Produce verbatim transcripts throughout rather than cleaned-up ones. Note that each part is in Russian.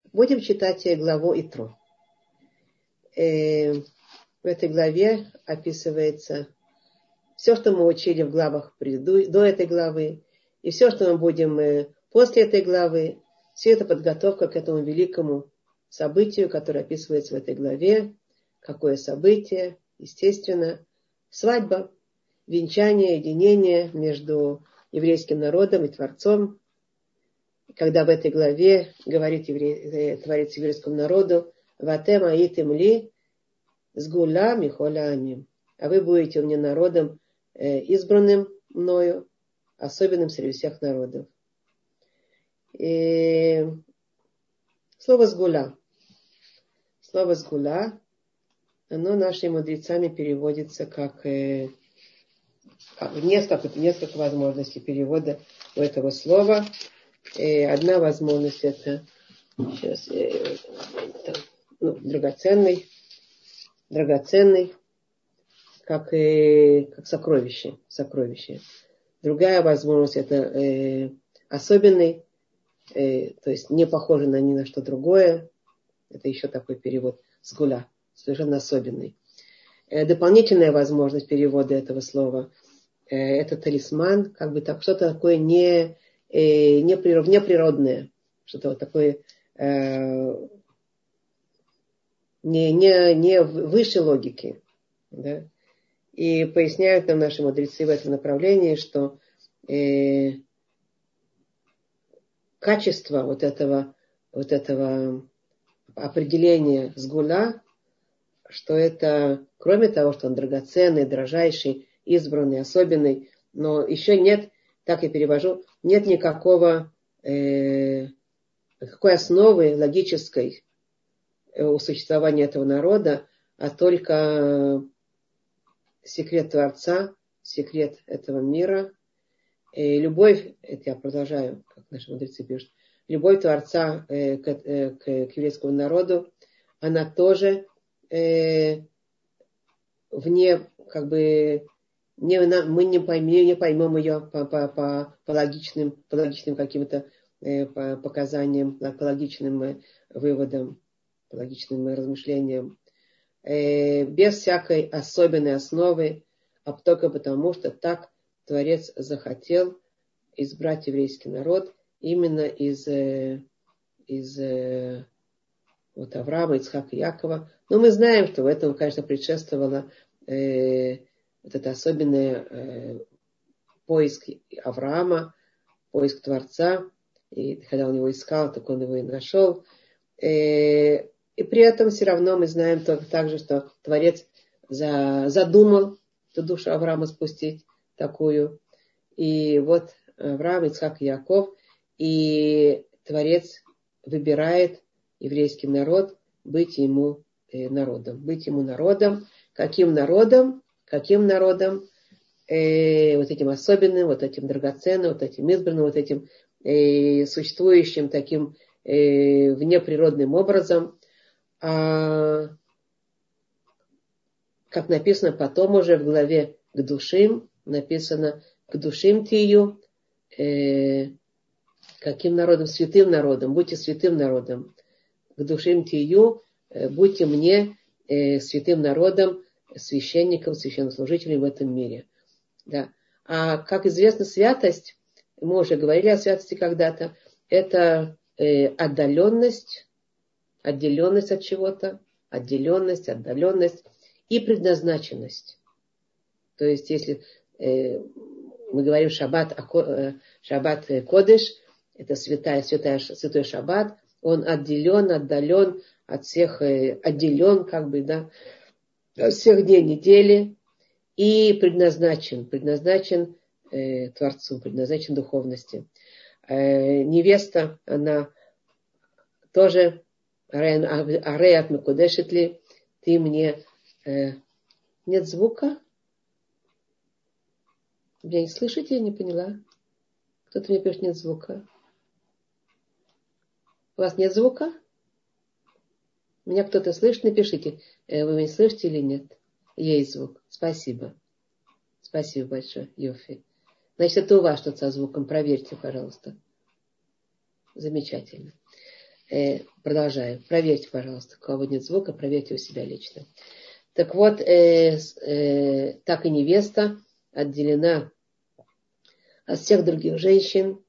Будем читать главу Итро. Э, в этой главе описывается все, что мы учили в главах преду, до этой главы, и все, что мы будем э, после этой главы. Все это подготовка к этому великому событию, которое описывается в этой главе. Какое событие? Естественно, свадьба, венчание, единение между еврейским народом и Творцом. Когда в этой главе говорит еврей, Творец еврейскому народу: «Ватем аитем ли сгула михоля амим». А вы будете у меня народом э, избранным мною, особенным среди всех народов. И слово «сгула». Слово «сгула», оно нашими мудрецами переводится как э, несколько, несколько возможностей перевода у этого слова. И одна возможность это сейчас, э, это, ну, драгоценный, драгоценный, как, э, как сокровище, сокровище. Другая возможность это э, особенный, э, то есть не похожий на ни на что другое. Это еще такой перевод «сгуля», совершенно особенный. Э, дополнительная возможность перевода этого слова э, это талисман, как бы так, что-то такое не, э, неприродное, что-то вот такое э, не, не, не высшей логики. Да? И поясняют нам наши мудрецы в этом направлении, что э, качество вот этого, вот этого определения сгуля, что это, кроме того, что он драгоценный, дрожайший, избранный, особенный, но еще нет, так я перевожу, нет никакого э, какой основы логической у существования этого народа, а только секрет Творца, секрет этого мира. И любовь, это я продолжаю, как наши мудрецы пишут, любовь Творца э, к, э, к, к еврейскому народу, она тоже э, вне, как бы, не, мы не поймем, не поймем ее по, по, по, по логичным, по логичным каким-то э, по показаниям, по логичным э, выводам, по логичным э, размышлениям, э, без всякой особенной основы, а только потому, что так Творец захотел избрать еврейский народ именно из, э, из э, вот Авраама, Ицхака и Якова. Но мы знаем, что в этом, конечно, предшествовало э, вот это особенный э, поиск Авраама, поиск Творца. И когда он его искал, так он его и нашел. Э, и при этом все равно мы знаем только также, что Творец за, задумал эту душу Авраама спустить такую. И вот Авраам, Ицхак и Яков. И Творец выбирает еврейский народ быть ему народом. Быть ему народом. Каким народом? Каким народом? Э, вот этим особенным, вот этим драгоценным, вот этим избранным, вот этим э, существующим таким э, внеприродным образом. А, как написано потом уже в главе к душим, написано к душим тию, э, каким народом? Святым народом. Будьте святым народом. К душим тию, э, будьте мне э, святым народом, священником, священнослужителем в этом мире. Да. А как известно, святость, мы уже говорили о святости когда-то, это э, отдаленность, отделенность от чего-то, отделенность, отдаленность и предназначенность. То есть, если э, мы говорим шаббат, э, шаббат э, кодеш, это святая, святая, святой шаббат, он отделен, отдален от всех, э, отделен, как бы, да, от всех дней недели и предназначен, предназначен э, Творцу, предназначен духовности. Э, невеста, она тоже ареят мекудешит ли, ты мне... Э, нет звука? Меня не слышите? Я не поняла. Кто-то мне пишет, нет звука. У вас нет звука? Меня кто-то слышит? Напишите, э, вы меня слышите или нет? Есть звук. Спасибо. Спасибо большое, Йофи. Значит, это у вас что-то со звуком. Проверьте, пожалуйста. Замечательно. Э, продолжаем. Проверьте, пожалуйста, у кого нет звука, проверьте у себя лично. Так вот, э, э, так и невеста отделена от всех других женщин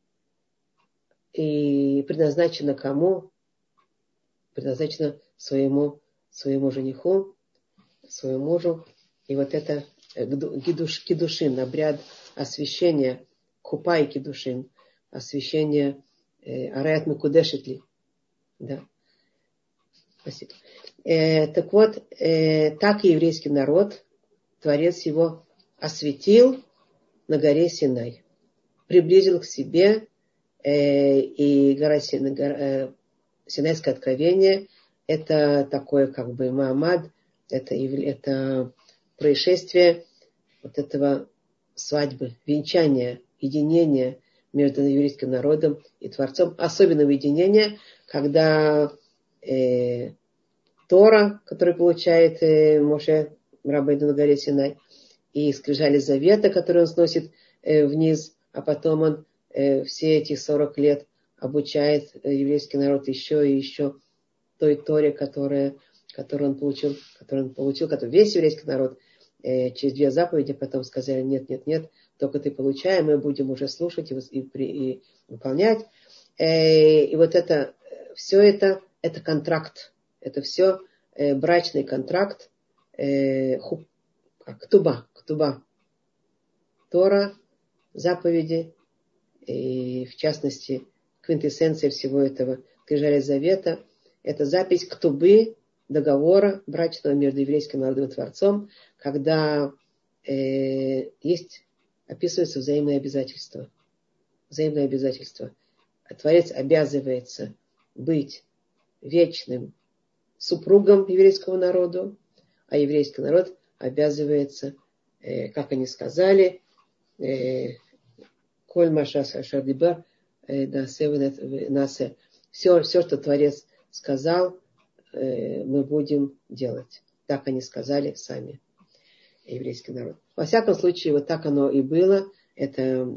и предназначена кому? Предназначена своему, своему жениху, своему мужу. И вот это гидуш, кидушин, обряд освящения, купа и кидушин, освящение э, араят мекудешетли. Да. Спасибо. Э, так вот, э, так и еврейский народ, Творец его осветил на горе Синай, приблизил к себе, э, и гора Синай, гора, э, Синайское откровение, это такое как бы Маамад, это, это происшествие вот этого свадьбы, венчания, единения между еврейским народом и Творцом, особенного единения, когда э, Тора, который получает э, Моше Рабейну на горе Синай, и скрижали завета, которые он сносит э, вниз, а потом он э, все эти сорок лет обучает э, еврейский народ еще и еще той Торе, которая, которую он получил, которую он получил, который весь еврейский народ э, через две заповеди потом сказали: нет, нет, нет, только ты получай, мы будем уже слушать и, и, и выполнять. Э, и вот это, все это, это контракт, это все э, брачный контракт, э, ху, ктуба, ктуба, Тора, заповеди, и в частности квинтэссенция всего этого скрижали завета. Это запись ктубы, договора брачного между еврейским народом и Творцом, когда э, есть, описываются взаимные обязательства. Взаимные обязательства. Творец обязывается быть вечным супругом еврейскому народу, а еврейский народ обязывается, э, как они сказали, «Коль маша шадибар насе». Все, все, что Творец сказал, мы будем делать. Так они сказали сами, еврейский народ. Во всяком случае, вот так оно и было. Это,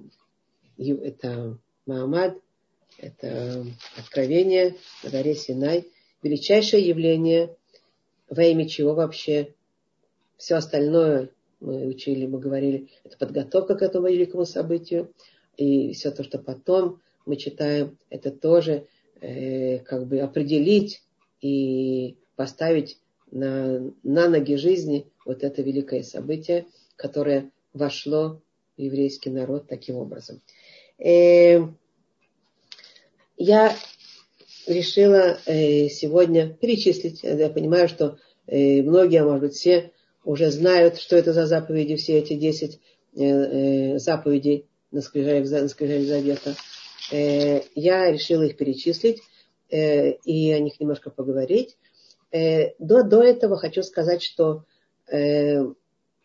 это Маамад, это откровение на горе Синай. Величайшее явление, во имя чего вообще все остальное мы учили, мы говорили, это подготовка к этому великому событию. И все то, что потом мы читаем, это тоже э, как бы определить и поставить на, на ноги жизни вот это великое событие, которое вошло в еврейский народ таким образом. Э, я решила э, сегодня перечислить, я понимаю, что э, многие, а может быть все, уже знают, что это за заповеди, все эти десять э, э, заповедей на скрижале, на скрижале завета. Э, я решила их перечислить э, и о них немножко поговорить. Э, до, до этого хочу сказать, что э, в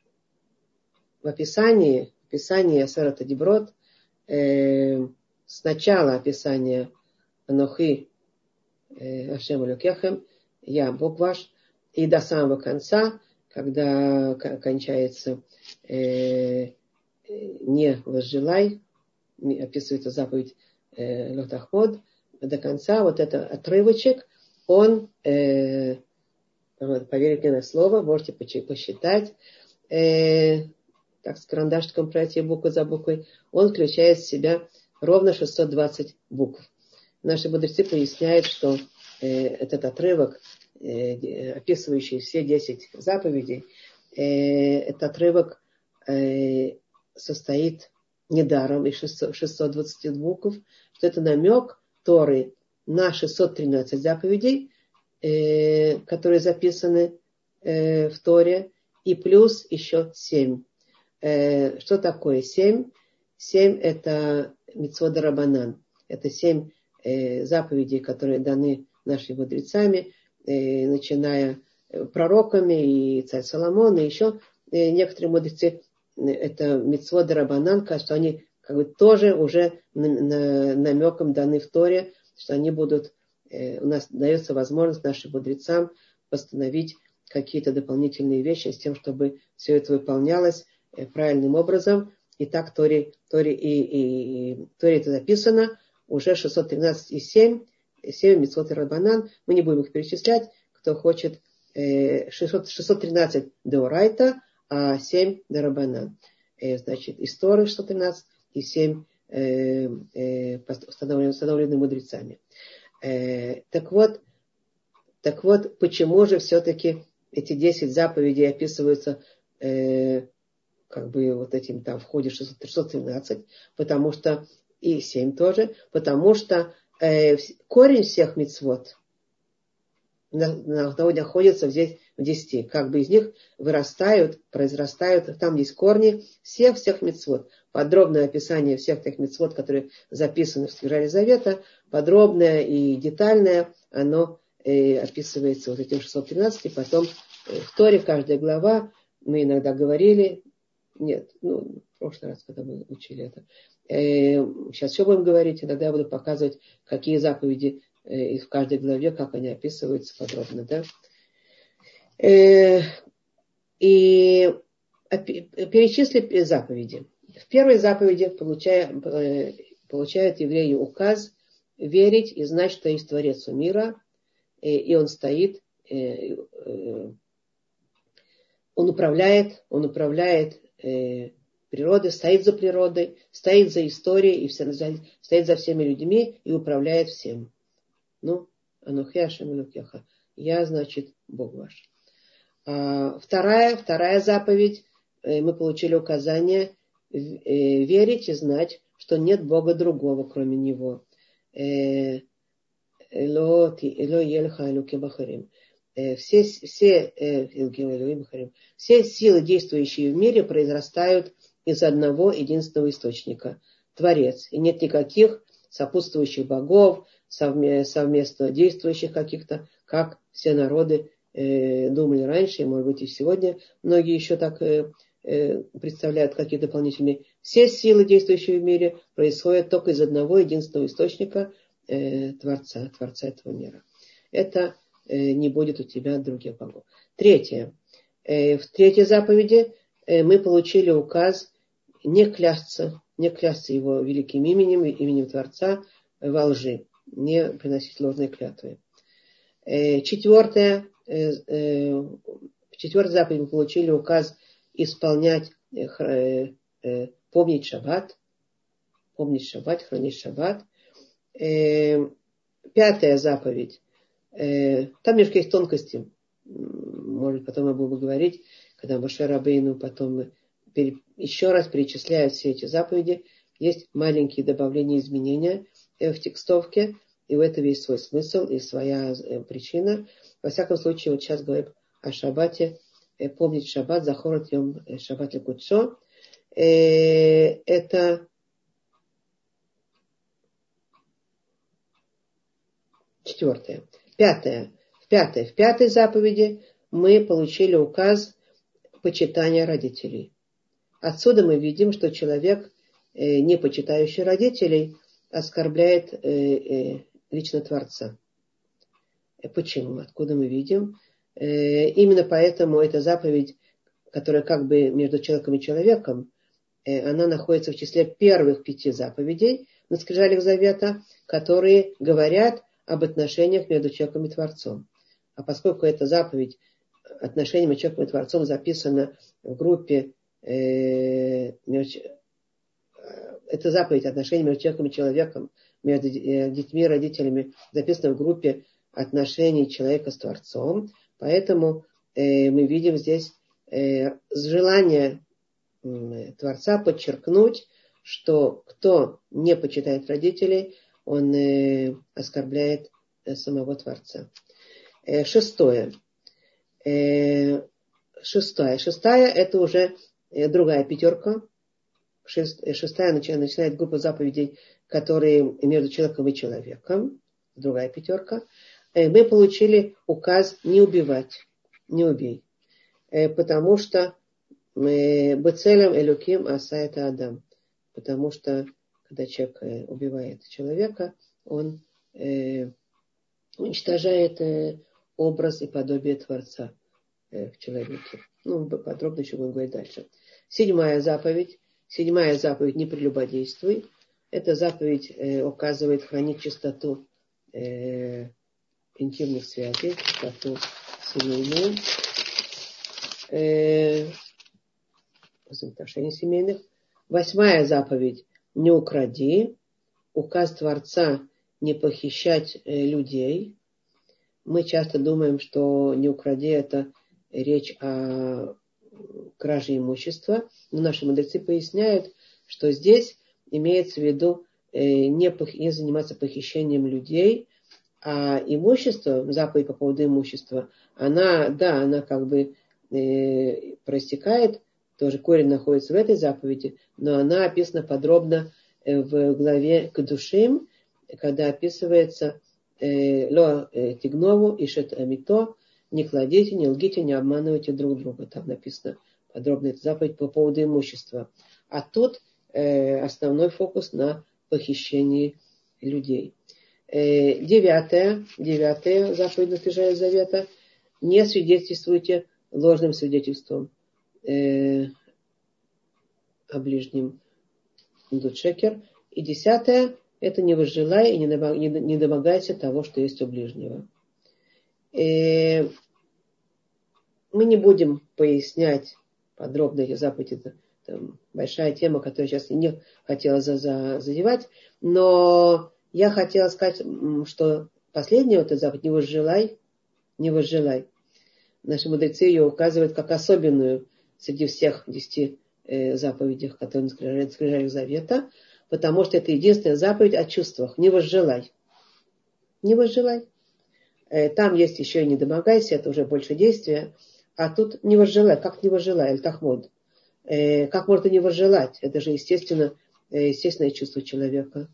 описании, в описании Асерет Диброт, э, сначала описание Анохи э, Ашем Элокехем, я Бог ваш, и до самого конца, когда кончается э, не возжелай, описывается заповедь э, Лотахмод, до конца вот этот отрывочек, он, э, поверьте мне на слово, можете посчитать, э, так с карандашиком пройти букву за буквой, он включает в себя ровно шестьсот двадцать букв. Наши мудрецы поясняют, что э, этот отрывок, э, описывающий все десять заповедей, э, этот отрывок э, состоит недаром из шестисот двадцати букв, что это намек Торы на шестьсот тринадцать заповедей, э, которые записаны э, в Торе, и плюс еще семь. Э, что такое семь? Семь это мицвот дарабанан. Это семь э, заповедей, которые даны нашими мудрецами, э, начиная пророками и царь Соломон, и еще э, некоторые мудрецы, это мицвот дарабанан, что они как бы тоже уже на, на, намеком даны в Торе, что они будут, э, у нас дается возможность нашим мудрецам постановить какие-то дополнительные вещи с тем, чтобы все это выполнялось э, правильным образом. И так Торе, Торе, и, и, и, Торе это записано, уже шестьсот тринадцать и семь, семь мицвот рабанан. Мы не будем их перечислять. Кто хочет, шестьсот, шестьсот тринадцать деорайта, а семь дерабанан. Значит, из Торы шестьсот тринадцать и семь установлены, установлены мудрецами. Так вот, так вот, почему же все-таки эти десять заповедей описываются как бы вот этим там в ходе шестьсот тринадцать, потому что и семь тоже, потому что э, корень всех мицвот находится здесь в десяти. Как бы из них вырастают, произрастают, там есть корни всех-всех мицвот. Подробное описание всех тех мицвот, которые записаны в Скрижали Завета, подробное и детальное, оно э, описывается вот этим шестьсот тринадцать, и потом э, в Торе каждая глава, мы иногда говорили, нет, ну, в прошлый раз, когда мы учили это. Э, сейчас все будем говорить, иногда я буду показывать, какие заповеди э, в каждой главе, как они описываются подробно, да. Э, и перечислили заповеди. В первой заповеди получая, э, получают евреи указ верить и знать, что есть Творец у мира, э, и он стоит, э, э, он управляет, он управляет природой, стоит за природой, стоит за историей, и все, стоит за всеми людьми и управляет всем. Ну, анухи Ашем Элокеха. Я, значит, Бог ваш. А, вторая, вторая заповедь. Мы получили указание верить и знать, что нет Бога другого, кроме Него. Эло Елха Элуки Бахарим. Все, все, все силы, действующие в мире, произрастают из одного единственного источника – Творец. И нет никаких сопутствующих богов, совместно действующих каких-то, как все народы э, думали раньше, и, может быть, и сегодня многие еще так э, э, представляют какие-то дополнительные. Все силы, действующие в мире, происходят только из одного единственного источника э, Творца, Творца этого мира. Это не будет у тебя других богов. Третье. В третьей заповеди мы получили указ не клясться, не клясться его великим именем, именем Творца во лжи, не приносить ложные клятвы. Четвертое. В четвертой заповеди мы получили указ исполнять, помнить шаббат, помнить шаббат, хранить шаббат. Пятая заповедь. Там немножко есть тонкости. Может, потом я буду говорить, когда Моше Рабейну потом еще раз перечисляют все эти заповеди. Есть маленькие добавления, изменения в текстовке. И в этом есть свой смысл и своя причина. Во всяком случае, вот сейчас говорим о шаббате. Помнить шаббат, захорот йом шаббат лекудшо. Это четвертое. Пятое. В пятой, в пятой заповеди мы получили указ почитания родителей. Отсюда мы видим, что человек, не почитающий родителей, оскорбляет лично Творца. Почему? Откуда мы видим? Именно поэтому эта заповедь, которая как бы между человеком и человеком, она находится в числе первых пяти заповедей на скрижалях Завета, которые говорят об отношениях между человеком и Творцом. А поскольку эта заповедь отношения между человеком и Творцом записана в группе, э, между, эта заповедь отношений между человеком и человеком, между детьми и родителями записана в группе отношений человека с Творцом, поэтому э, мы видим здесь э, желание э, Творца подчеркнуть, что кто не почитает родителей, он э, оскорбляет э, самого Творца. Э, шестое. Э, шестая. Шестая это уже э, другая пятерка. Шест, э, шестая начинает, начинает группа заповедей, которые между человеком и человеком. Другая пятерка. Э, мы получили указ не убивать. Не убей. Э, потому что бецелем элюким аса это Адам. Потому что когда человек убивает человека, он э, уничтожает э, образ и подобие Творца э, в человеке. Ну, подробно еще будем говорить дальше. Седьмая заповедь. Седьмая заповедь не прелюбодействуй. Эта заповедь э, указывает хранить чистоту э, интимных связей, чистоту семейную, э, отношений семейных. Восьмая заповедь – не укради. Указ Творца – не похищать э, людей. Мы часто думаем, что не укради – это речь о краже имущества. Но наши мудрецы поясняют, что здесь имеется в виду э, не, пох... не заниматься похищением людей, а имущество, заповедь по поводу имущества, она, да, она как бы э, проистекает, тоже корень находится в этой заповеди, но она описана подробно э, в главе Кедушим, когда описывается «Ло тигнову ишет амито», не кладите, не лгите, не обманывайте друг друга. Там написано подробно эта заповедь по поводу имущества. А тут э, основной фокус на похищении людей. Э, девятая, девятая заповедь Ветхого Завета. Не свидетельствуйте ложным свидетельством э, о ближнем. Дудшекер. И десятая, это не возжелай и не домогайся того, что есть у ближнего. И мы не будем пояснять подробно эти заповеди. Это там большая тема, которую я сейчас не хотела задевать. Но я хотела сказать, что последняя вот эта заповедь не возжелай, не возжелай. Наши мудрецы ее указывают как особенную среди всех десяти заповедей, которые в скрижалях Завета, потому что это единственная заповедь о чувствах. Не возжелай. Не возжелай. Там есть еще и не домогайся, это уже больше действия. А тут не возжелай. Как не возжелай? Аль-Тахмод. Как можно не возжелать? Это же естественно, естественное чувство человека.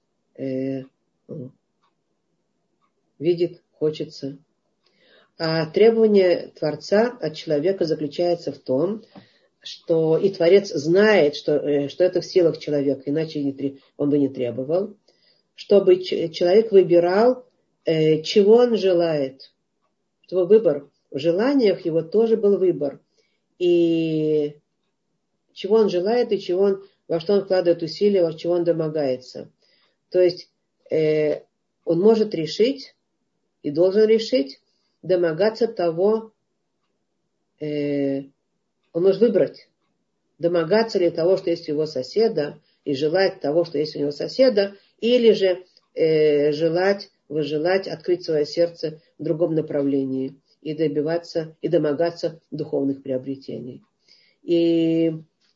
Видит, хочется. А требование Творца от человека заключается в том, что и Творец знает, что, что это в силах человека, иначе он бы не требовал, чтобы человек выбирал, чего он желает. Чтобы выбор в желаниях его тоже был выбор. И чего он желает, и чего он, во что он вкладывает усилия, во чего он домогается. То есть э, он может решить и должен решить домогаться того, э, он может выбрать, домогаться ли того, что есть у его соседа, и желать того, что есть у него соседа, или же э, желать, выжелать, открыть свое сердце в другом направлении и добиваться, и домогаться духовных приобретений. И,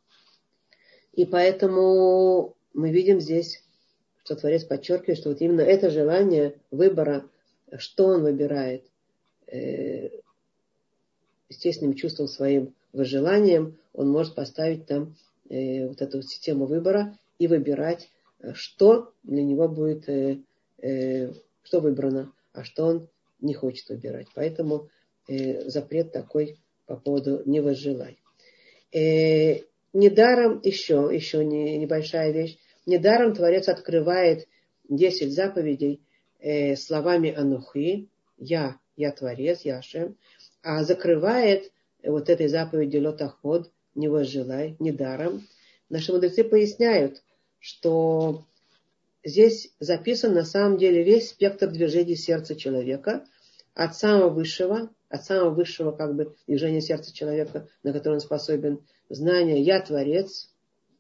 и поэтому мы видим здесь, что Творец подчеркивает, что вот именно это желание выбора, что он выбирает, э, естественным чувством своим, возжеланием, он может поставить там э, вот эту систему выбора и выбирать, что для него будет, э, э, что выбрано, а что он не хочет выбирать. Поэтому э, запрет такой по поводу не возжелай. Э, недаром еще, еще не, небольшая вещь, недаром Творец открывает десять заповедей э, словами Анухи, я, я Творец, я Ашем, а закрывает вот этой заповедью Ло Тахмод, не возжелай, недаром. Наши мудрецы поясняют, что здесь записан на самом деле весь спектр движений сердца человека, от самого высшего, от самого высшего как бы движения сердца человека, на которое он способен, знание «Я Творец»,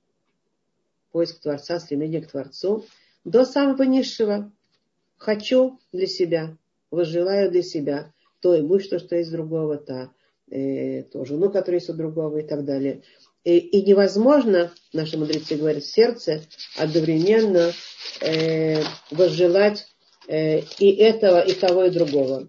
поиск Творца, стремление к Творцу, до самого низшего «Хочу для себя», «Возжелаю для себя», то имущество, что есть другого, то, э, то жену, которая есть у другого и так далее. И, и невозможно, наши мудрецы говорят, в сердце одновременно э, возжелать э, и этого, и того, и другого.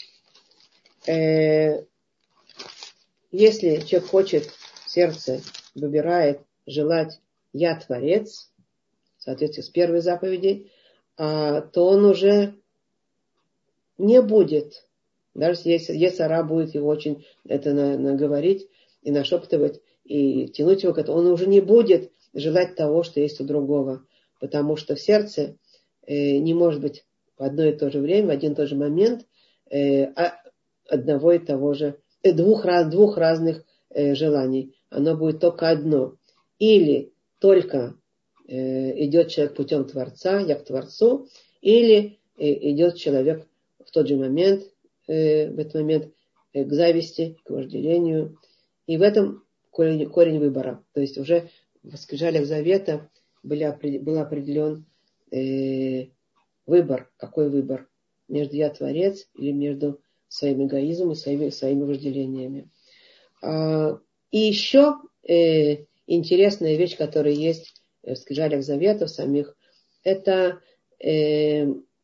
Э, если человек хочет в сердце, выбирает желать «Я Творец», в соответствии с первой заповедью, а, то он уже не будет, даже если Ецара будет его очень это наговорить и нашептывать, и тянуть его к этому, он уже не будет желать того, что есть у другого. Потому что в сердце э, не может быть в одно и то же время, в один и тот же момент э, одного и того же, э, двух, двух разных э, желаний. Оно будет только одно. Или только э, идет человек путем Творца, я к Творцу, или и идет человек в тот же момент, э, в этот момент э, к зависти, к вожделению. И в этом корень, корень выбора. То есть уже в скрижалях завета были, был определен э, выбор. Какой выбор? Между я творец или между своим эгоизмом и своими, своими вожделениями. А, и еще э, интересная вещь, которая есть в скрижалях заветов самих, это э,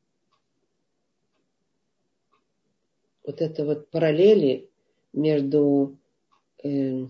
вот это вот параллели между э,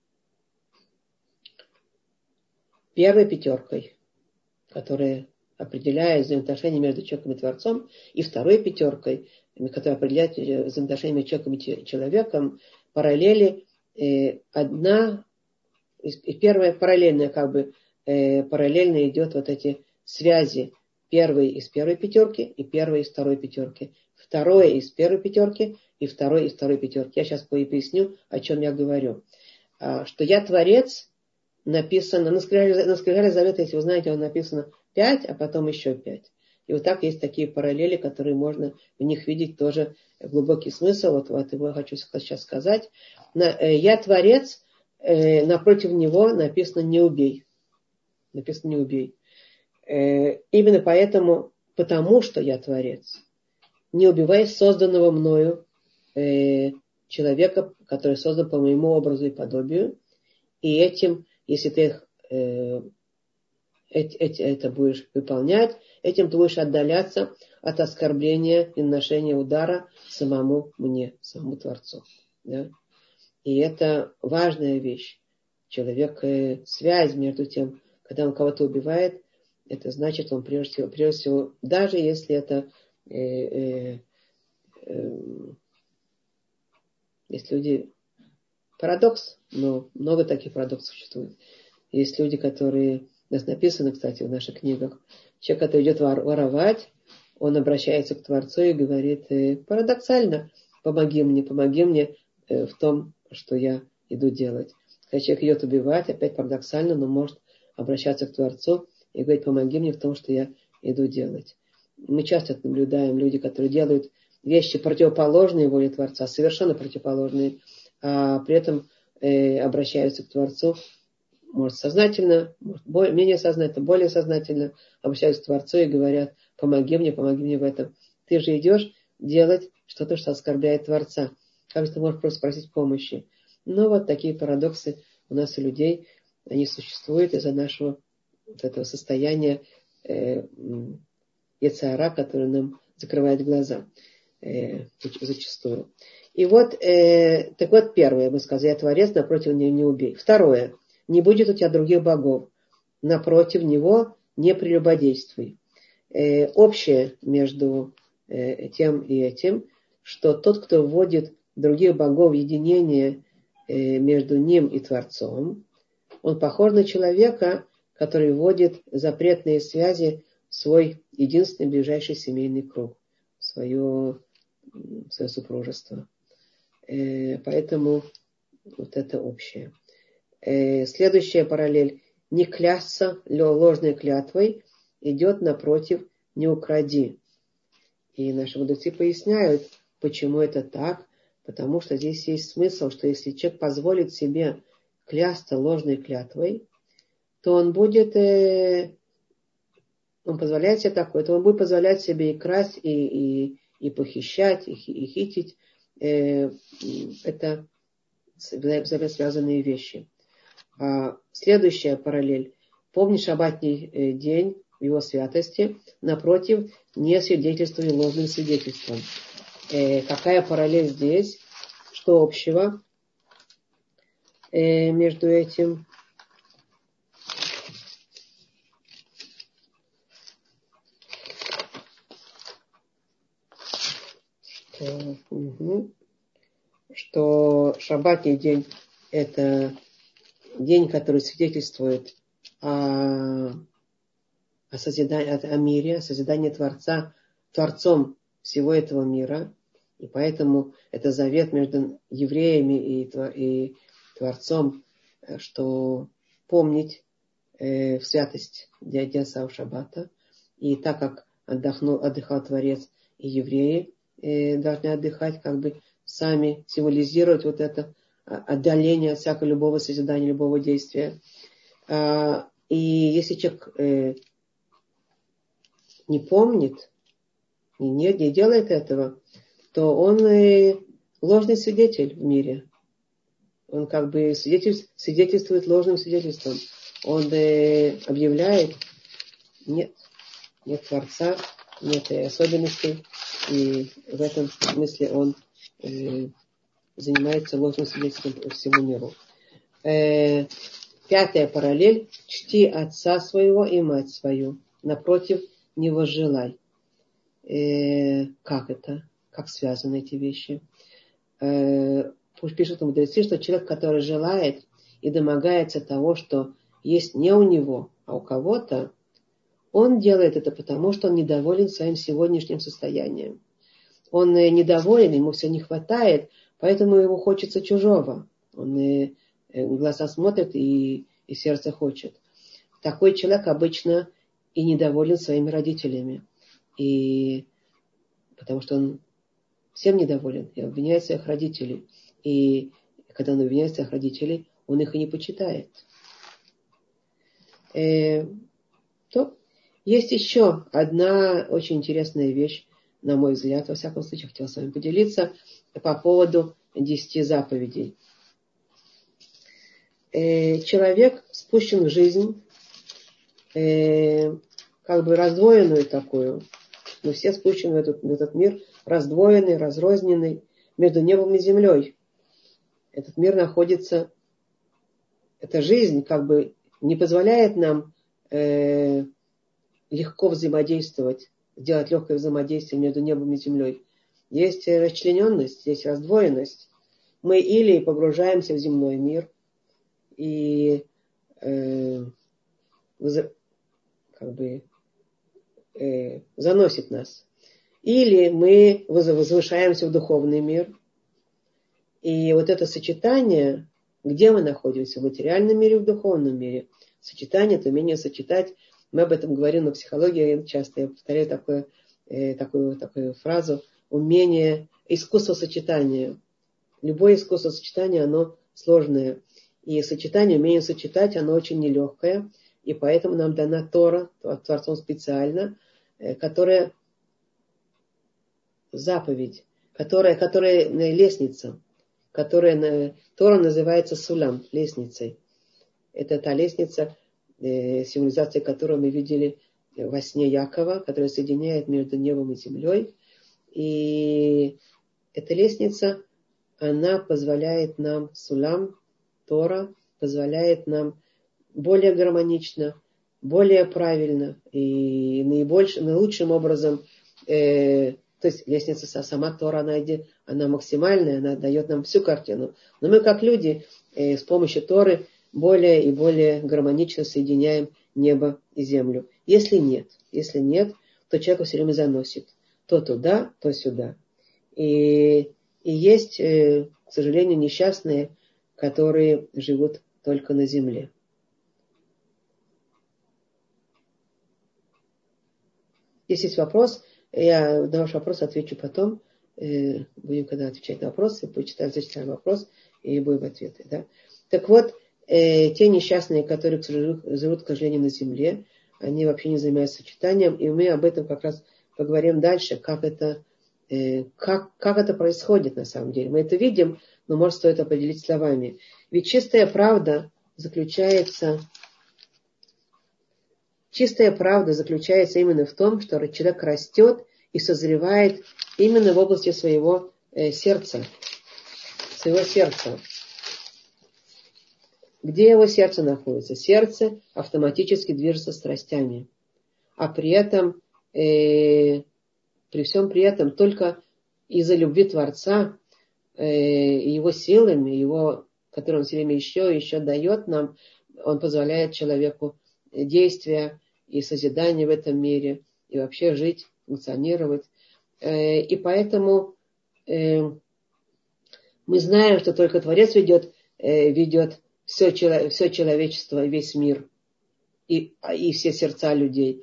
первой пятеркой, которая определяет взаимоотношения между человеком и Творцом, и второй пятеркой, которая определяет взаимоотношения между человеком и человеком, параллели э, одна, и первая параллельная, как бы э, параллельно идет вот эти связи. Первый из первой пятерки и первый из второй пятерки. Второе из первой пятерки и второй из второй пятерки. Я сейчас поясню, о чем я говорю. А, что я творец, написано, на скрижале, на скрижале завета, если вы знаете, он написано пять, а потом еще пять. И вот так есть такие параллели, которые можно в них видеть тоже глубокий смысл. Вот, вот его я хочу сейчас сказать. На, э, я творец, э, напротив него написано не убей. Написано не убей. Э, именно поэтому, потому что я творец, не убивай созданного мною э, человека, который создан по моему образу и подобию. И этим, если ты их, э, эти, эти, это будешь выполнять, этим ты будешь отдаляться от оскорбления и наношения удара самому мне, самому Творцу. Да? И это важная вещь. Человек, э, связь между тем, когда он кого-то убивает, это значит, он прежде всего, прежде всего даже если это э, э, э, есть люди, парадокс, но много таких парадоксов существует. Есть люди, которые, у нас написано, кстати, в наших книгах, человек, который идет воровать, он обращается к Творцу и говорит, э, парадоксально, помоги мне, помоги мне э, в том, что я иду делать. Когда человек идет убивать, опять парадоксально, но может обращаться к Творцу и говорить, помоги мне в том, что я иду делать. Мы часто наблюдаем люди, которые делают вещи противоположные воле Творца, совершенно противоположные, а при этом э, обращаются к Творцу, может сознательно, может более, менее сознательно, более сознательно, обращаются к Творцу и говорят, помоги мне, помоги мне в этом. Ты же идешь делать что-то, что оскорбляет Творца. Как же ты можешь просто просить помощи? Но вот такие парадоксы у нас у людей, они существуют из-за нашего вот этого состояния э, Йецер-Гара, который нам закрывает глаза э, зачастую. И вот, э, так вот, первое, мы сказали, я творец, напротив него не убей. Второе, не будет у тебя других богов, напротив него не прелюбодействуй. Э, общее между э, тем и этим, что тот, кто вводит других богов в единение э, между ним и Творцом, он похож на человека, который вводит запретные связи в свой единственный ближайший семейный круг, в свое, в свое супружество. Э, поэтому вот это общее. Э, следующая параллель. Не клясться ложной клятвой идет напротив не укради. И наши мудрецы поясняют, почему это так. Потому что здесь есть смысл, что если человек позволит себе клясться ложной клятвой, то он будет, э, он позволяет себе такое, то он будет позволять себе и красть, и, и, и похищать, и, и хитить. Э, это взаимосвязанные вещи. А следующая параллель. Помни шаббатний день в его святости, напротив, не свидетельствуй ложным свидетельством. Э, какая параллель здесь? Что общего э, между этим? Что, угу. Что шаббатний день – это день, который свидетельствует о, о созидании, о мире, о созидании Творца, Творцом всего этого мира. И поэтому это завет между евреями и, и Творцом, что помнить э, в святость Дня Сау Шаббата. И так как отдохнул, отдыхал Творец, и евреи э, должны отдыхать, как бы сами символизировать вот это отдаление от всякого любого созидания, любого действия. А, и если человек э, не помнит, не, не делает этого, то он э, ложный свидетель в мире. Он как бы свидетельствует, свидетельствует ложным свидетельством. Он э, объявляет, нет, нет Творца, нет особенностей, и в этом смысле он э, занимается ложным свидетельством по всему миру. Э, пятая параллель. Чти отца своего и мать свою. Напротив, не возжелай. Э, как это? Как связаны эти вещи? Э, пишут мудрецы, что человек, который желает и домогается того, что есть не у него, а у кого-то, он делает это потому, что он недоволен своим сегодняшним состоянием. Он недоволен, ему все не хватает, поэтому ему хочется чужого. Он и глаза смотрит, и, и сердце хочет. Такой человек обычно и недоволен своими родителями. И потому что он всем недоволен и обвиняет своих родителей. И когда он обвиняет своих родителей, он их и не почитает. Э, то есть еще одна очень интересная вещь, на мой взгляд, во всяком случае, хотела с вами поделиться по поводу десяти заповедей. Э, человек спущен в жизнь, э, как бы раздвоенную такую. Мы все спущены в этот, в этот мир, раздвоенный, разрозненный, между небом и землей. Этот мир находится, эта жизнь как бы не позволяет нам э, легко взаимодействовать, сделать легкое взаимодействие между небом и землей. Есть расчлененность, есть раздвоенность. Мы или погружаемся в земной мир и э, как бы э, заносит нас. Или мы возвышаемся в духовный мир. И вот это сочетание, где мы находимся, в материальном мире, в духовном мире, сочетание, это умение сочетать. Мы об этом говорим на психологии часто. Я повторяю такое, э, такую, такую фразу. Умение, искусство сочетания. Любое искусство сочетания, оно сложное. И сочетание, умение сочетать, оно очень нелегкое. И поэтому нам дана Тора, Творцом специально, э, которая заповедь, которая, которая лестница, которая Тора называется сулам, лестницей. Это та лестница, э, символизация которой мы видели во сне Якова, которая соединяет между небом и землей. И эта лестница, она позволяет нам, сулам, Тора, позволяет нам более гармонично, более правильно и наибольшим, наилучшим образом, э, то есть лестница сама Тора, она, она максимальная, она дает нам всю картину. Но мы, как люди, э, с помощью Торы более и более гармонично соединяем небо и землю. Если нет, если нет, то человека все время заносит. То туда, то сюда. И, и есть, э, к сожалению, несчастные, которые живут только на земле. Если есть вопрос, я на ваш вопрос отвечу потом. Э, будем, когда отвечать на вопросы, почитаем, зачитаем вопрос и будем ответы. Да? Так вот, э, те несчастные, которые живут, к сожалению, на земле, они вообще не занимаются сочетанием, и мы об этом как раз поговорим дальше, как это, э, как, как это происходит на самом деле. Мы это видим, но, может, стоит определить словами. Ведь чистая правда заключается... Чистая правда заключается именно в том, что человек растет и созревает именно в области своего э, сердца. Своего сердца. Где его сердце находится? Сердце автоматически движется страстями. А при этом, э, при всем при этом, только из-за любви Творца, э, его силами, его, которые он все время еще и еще дает нам, он позволяет человеку действия и созидание в этом мире, и вообще жить, функционировать. И поэтому мы знаем, что только Творец ведет, ведет все, все человечество, весь мир, и, и все сердца людей.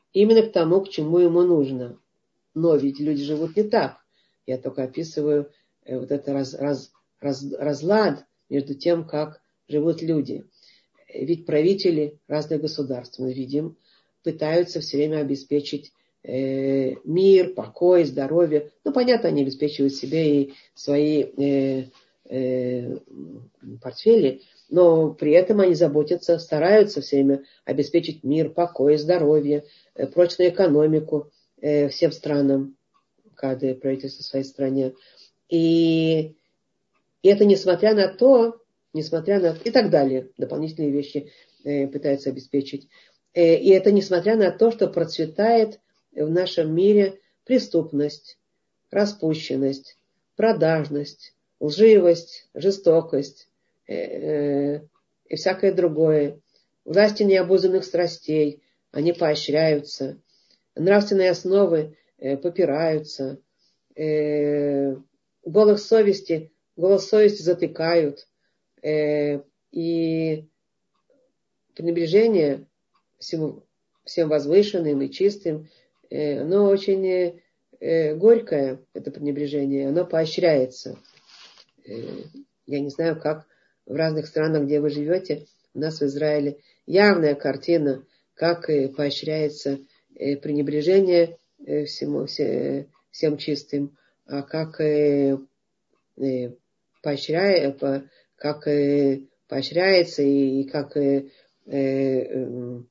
именно к тому, к чему ему нужно. Но ведь люди живут не так. Я только описываю вот этот раз, раз, раз, разлад между тем, как живут люди. Ведь правители разных государств, мы видим, пытаются все время обеспечить э, мир, покой, здоровье. Ну, понятно, они обеспечивают себе и свои э, э, портфели, но при этом они заботятся, стараются все время обеспечить мир, покой, здоровье, э, прочную экономику э, всем странам, каждое правительство в своей стране. И, и это несмотря на то, несмотря на... и так далее, дополнительные вещи э, пытаются обеспечить. Э, и это несмотря на то, что процветает в нашем мире преступность, распущенность, продажность, лживость, жестокость э, э, и всякое другое. Власти необузданных страстей, они поощряются. Нравственные основы э, попираются. Э, голос совести, голос совести затыкают. Э, и пренебрежение всему, всем возвышенным и чистым, э, оно очень э, горькое, это пренебрежение, оно поощряется. Э, я не знаю, как в разных странах, где вы живете, у нас в Израиле явная картина, как э, поощряется э, пренебрежение э, всему, все, всем чистым, а как э, э, поощряет, по, как э, поощряется и, и как э, э,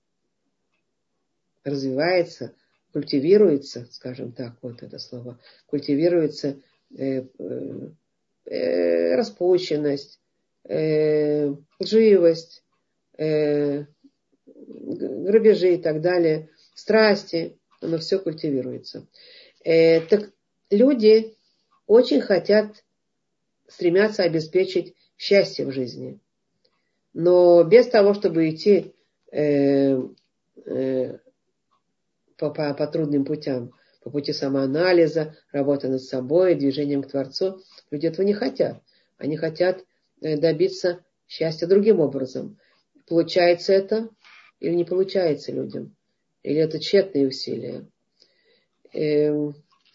развивается, культивируется, скажем так, вот это слово, культивируется э, э, э, распущенность, э, лживость, э, грабежи и так далее, страсти, оно все культивируется. Э, так люди очень хотят, стремятся обеспечить счастье в жизни. Но без того, чтобы идти э, э, по, по, по трудным путям, по пути самоанализа, работы над собой, движением к Творцу, люди этого не хотят. Они хотят э, добиться счастья другим образом. Получается это или не получается людям? Или это тщетные усилия? Э,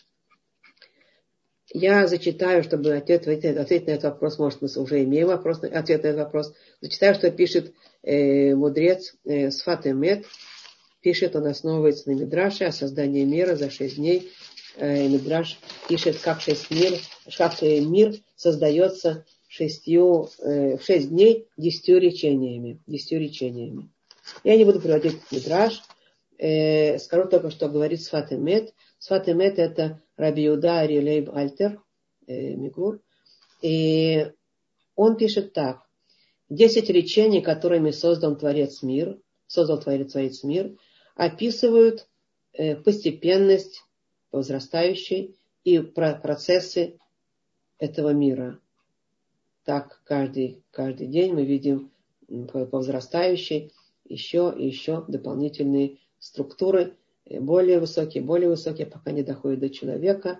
Я зачитаю, чтобы ответить, ответить на этот вопрос, может, мы уже имеем вопрос, ответ на этот вопрос. Зачитаю, что пишет э, мудрец э, Сфат Эмет. Пишет, он основывается на Мидраше о создании мира за шесть дней. Э, Мидраш пишет, как, шесть мир, как мир создается шестью, э, в шесть дней десятью речениями. Десятью речениями. Я не буду приводить Мидраш. Э, скажу только, что говорит Сфат Эмет. Сфат Эмет это Раби Иуда Ари Лейб Альтер, э, Мигур. И он пишет так. Десять речений, которыми создан Творец мир, создал Творец, Творец мир, описывают э, постепенность возрастающей и про процессы этого мира. Так каждый, каждый день мы видим по, по возрастающей еще и еще дополнительные структуры, более высокие, более высокие, пока не доходят до человека.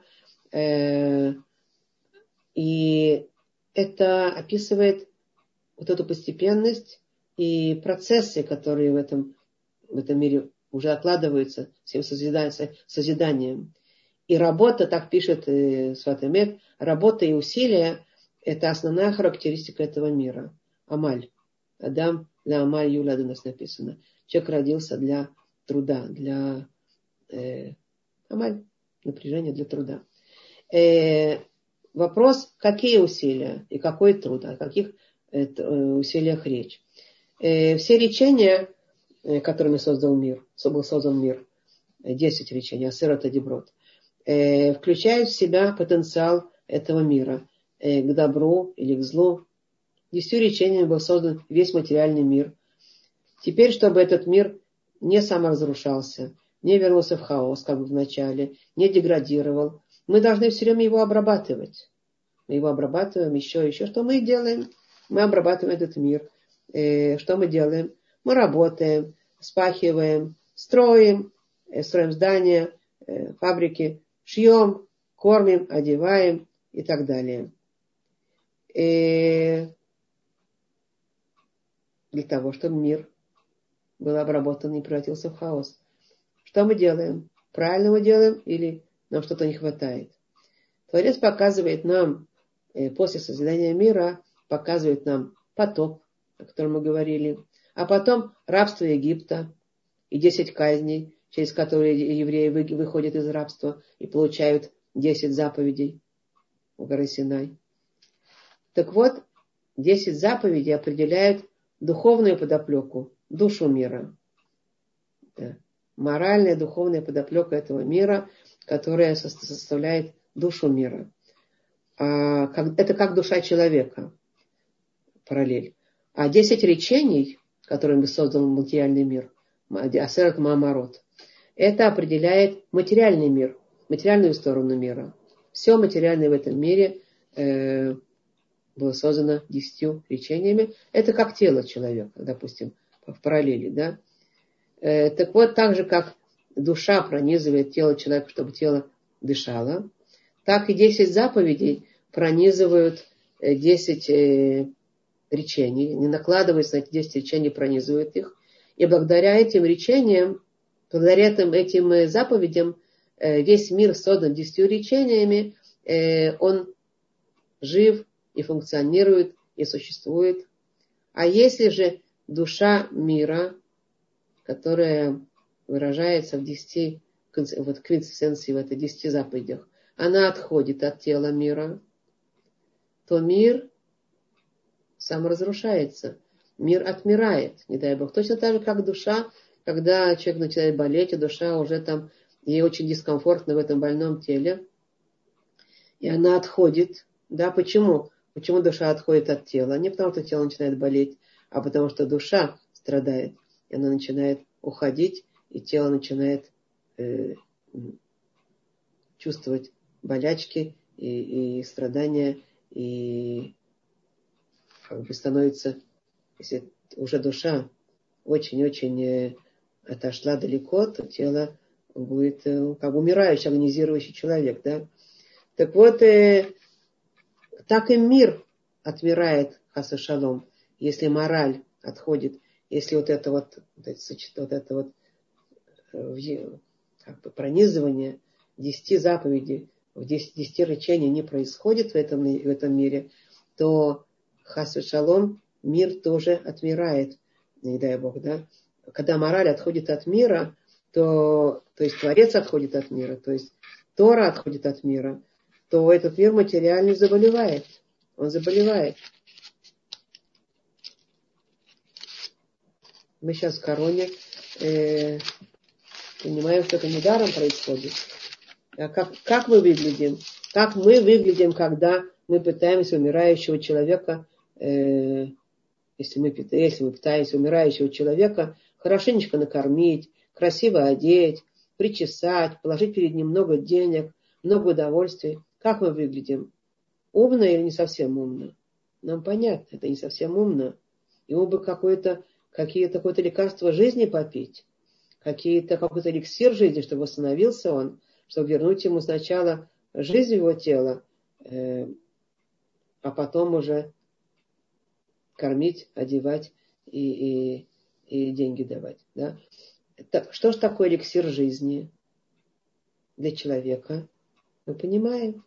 И это описывает вот эту постепенность и процессы, которые в этом, в этом мире уже откладываются всем созиданием. И работа, так пишет Сфат Эмет, работа и усилия – это основная характеристика этого мира. Амаль. Адам для Амаль Юлад у нас написано. Человек родился для труда, для э, Амаль, напряжения для труда. Э, вопрос, какие усилия и какой труд, о каких э, усилиях речь. Э, все речения, э, которыми создал мир, был создан мир, десять речений, Асерот Адиброт, э, включают в себя потенциал этого мира э, к добру или к злу. Десятью речениями был создан весь материальный мир. Теперь, чтобы этот мир не саморазрушался, не вернулся в хаос, как бы в начале, не деградировал, мы должны все время его обрабатывать. Мы его обрабатываем еще и еще. Что мы делаем? Мы обрабатываем этот мир. Э, что мы делаем? Мы работаем, спахиваем, строим, э, строим здания, э, фабрики, шьем, кормим, одеваем и так далее. И для того, чтобы мир был обработан и превратился в хаос. Что мы делаем? Правильно мы делаем или нам что-то не хватает? Творец показывает нам, после созидания мира, показывает нам потоп, о котором мы говорили, а потом рабство Египта и десять казней, через которые евреи выходят из рабства и получают десять заповедей у горы Синай. Так вот, десять заповедей определяют духовную подоплеку, душу мира. Да. Моральная, духовная подоплека этого мира, которая составляет душу мира. А, как, это как душа человека. Параллель. А десять речений, которыми создан материальный мир, Асерет Маамарот, это определяет материальный мир, материальную сторону мира. Все материальное в этом мире э, было создано десятью речениями. Это как тело человека, допустим, в параллели, да. Э, так вот, так же, как душа пронизывает тело человека, чтобы тело дышало, так и десять заповедей пронизывают десять э, речений, не накладываются на эти десять речений, пронизывают их. И благодаря этим речениям, благодаря этим, этим заповедям, э, весь мир создан десятью речениями, э, он жив и функционирует, и существует. А если же душа мира, которая выражается в десяти, вот квинтэссенции в этих десяти заповедях, она отходит от тела мира, то мир саморазрушается. Мир отмирает, не дай Бог. Точно так же, как душа, когда человек начинает болеть, и душа уже там, ей очень дискомфортно в этом больном теле, и она отходит. Да, почему? Почему душа отходит от тела? Не потому, что тело начинает болеть, а потому, что душа страдает. И она начинает уходить, и тело начинает э, чувствовать болячки и, и страдания, и как бы становится, если уже душа очень-очень отошла далеко, то тело будет как умирающий, агонизирующий человек, да. Так вот, э, так и мир отмирает, хас вешалом, если мораль отходит, если вот это вот, вот это, вот это вот как бы пронизывание десяти заповедей, в десяти речений не происходит в этом, в этом мире, то хас вешалом, мир тоже отмирает, не дай Бог, да. Когда мораль отходит от мира, то, то есть Творец отходит от мира, то есть Тора отходит от мира, то этот мир материальный заболевает. Он заболевает. Мы сейчас в короне э, понимаем, что это недаром происходит. А как, как мы выглядим? Как мы выглядим, когда мы пытаемся умирающего человека, э, если, мы, если мы пытаемся умирающего человека хорошенечко накормить, красиво одеть, причесать, положить перед ним много денег, много удовольствий. Как мы выглядим? Умно или не совсем умно? Нам понятно, это не совсем умно. Ему бы какое-то, какие-то, какое-то лекарство жизни попить, какие-то, какой-то эликсир жизни, чтобы восстановился он, чтобы вернуть ему сначала жизнь в его тело, э, а потом уже кормить, одевать и, и, и деньги давать. Да? Так, что же такое эликсир жизни для человека? Мы понимаем.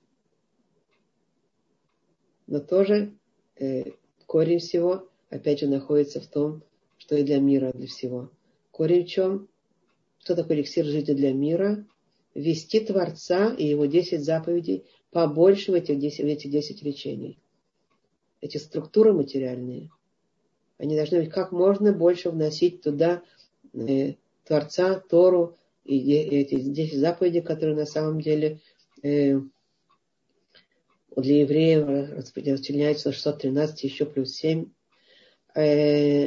Но тоже э, корень всего, опять же, находится в том, что и для мира, для всего. Корень в чем? Что такое эликсир жизни для мира? Вести Творца и его десять заповедей побольше в этих десять, в эти десять речений. Эти структуры материальные, они должны быть как можно больше вносить туда э, Творца, Тору и, и эти десять заповедей, которые на самом деле э, для евреев расчленяются на шестьсот тринадцать, еще плюс семь. Э,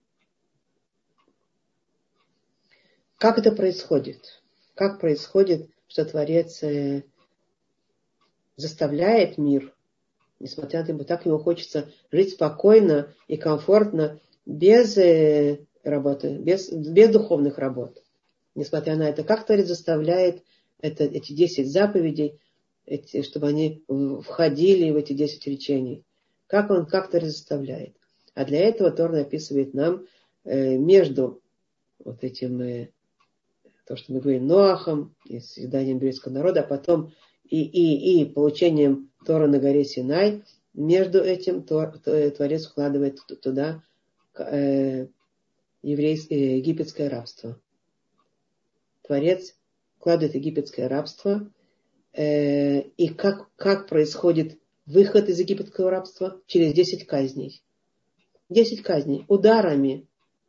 как это происходит? Как происходит, что Творец э, заставляет мир, несмотря на то, что так ему хочется жить спокойно и комфортно, без э, работы, без, без духовных работ. Несмотря на это, как Творец заставляет это, эти десять заповедей, эти, чтобы они входили в эти десять речений. Как он, как Творец заставляет. А для этого Тора описывает нам э, между вот этим э, то, что мы говорим Ноахом, и созданием еврейского народа, а потом и, и, и получением Тора на горе Синай, между этим Творец вкладывает туда э, еврейское, египетское рабство. Творец вкладывает египетское рабство. Э, и как, как происходит выход из египетского рабства? Через десять казней. Десять казней. Ударами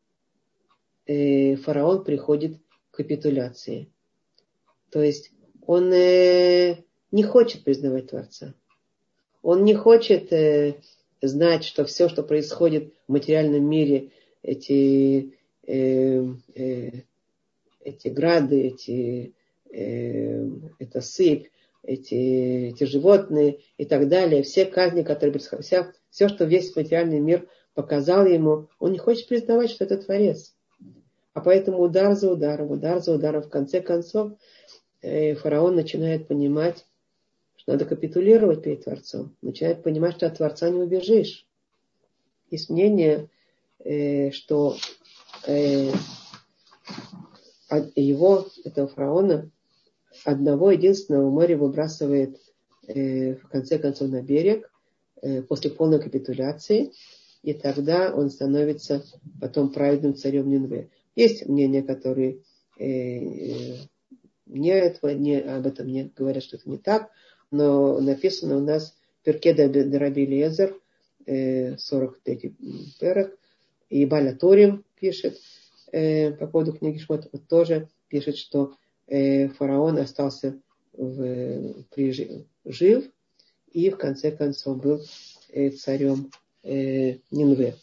э, фараон приходит к капитуляции. То есть он э, не хочет признавать Творца. Он не хочет э, знать, что все, что происходит в материальном мире, эти, э, э, эти грады, эти, э, эта сыпь, эти, эти животные и так далее, все казни, которые происходят, вся, все, что весь материальный мир показал ему, он не хочет признавать, что это Творец. А поэтому удар за ударом, удар за ударом, в конце концов, э, фараон начинает понимать, надо капитулировать перед Творцом. Начинает понимать, что от Творца не убежишь. Есть мнение, э, что э, его, этого фараона, одного единственного моря выбрасывает э, в конце концов на берег э, после полной капитуляции, и тогда он становится потом праведным царем Нинве. Есть мнения, которые э, э, не, этого, не об этом не говорят, что это не так, но написано у нас Перкеда Раби Элиэзер, сорок третий перек, и Баля Торим пишет э, по поводу книги Шмот, вот тоже пишет, что э, фараон остался в, при, жив и в конце концов был э, царем э, Нинве.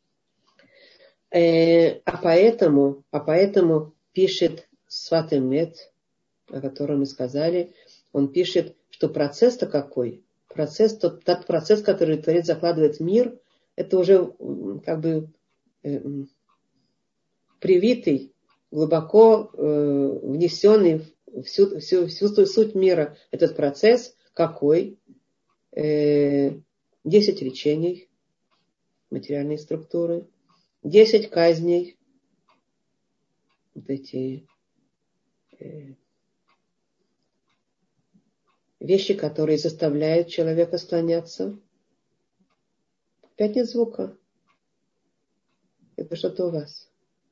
Э, а, поэтому, а поэтому пишет Сват Эмет, о котором мы сказали, он пишет, что процесс-то какой? Процесс, тот, тот процесс, который Творец закладывает в мир, это уже как бы э, привитый, глубоко э, внесенный в всю, всю, всю суть мира этот процесс какой? Э, десять речений материальной структуры, десять казней, вот эти э, вещи, которые заставляют человека склоняться. Опять нет звука. Это что-то у вас.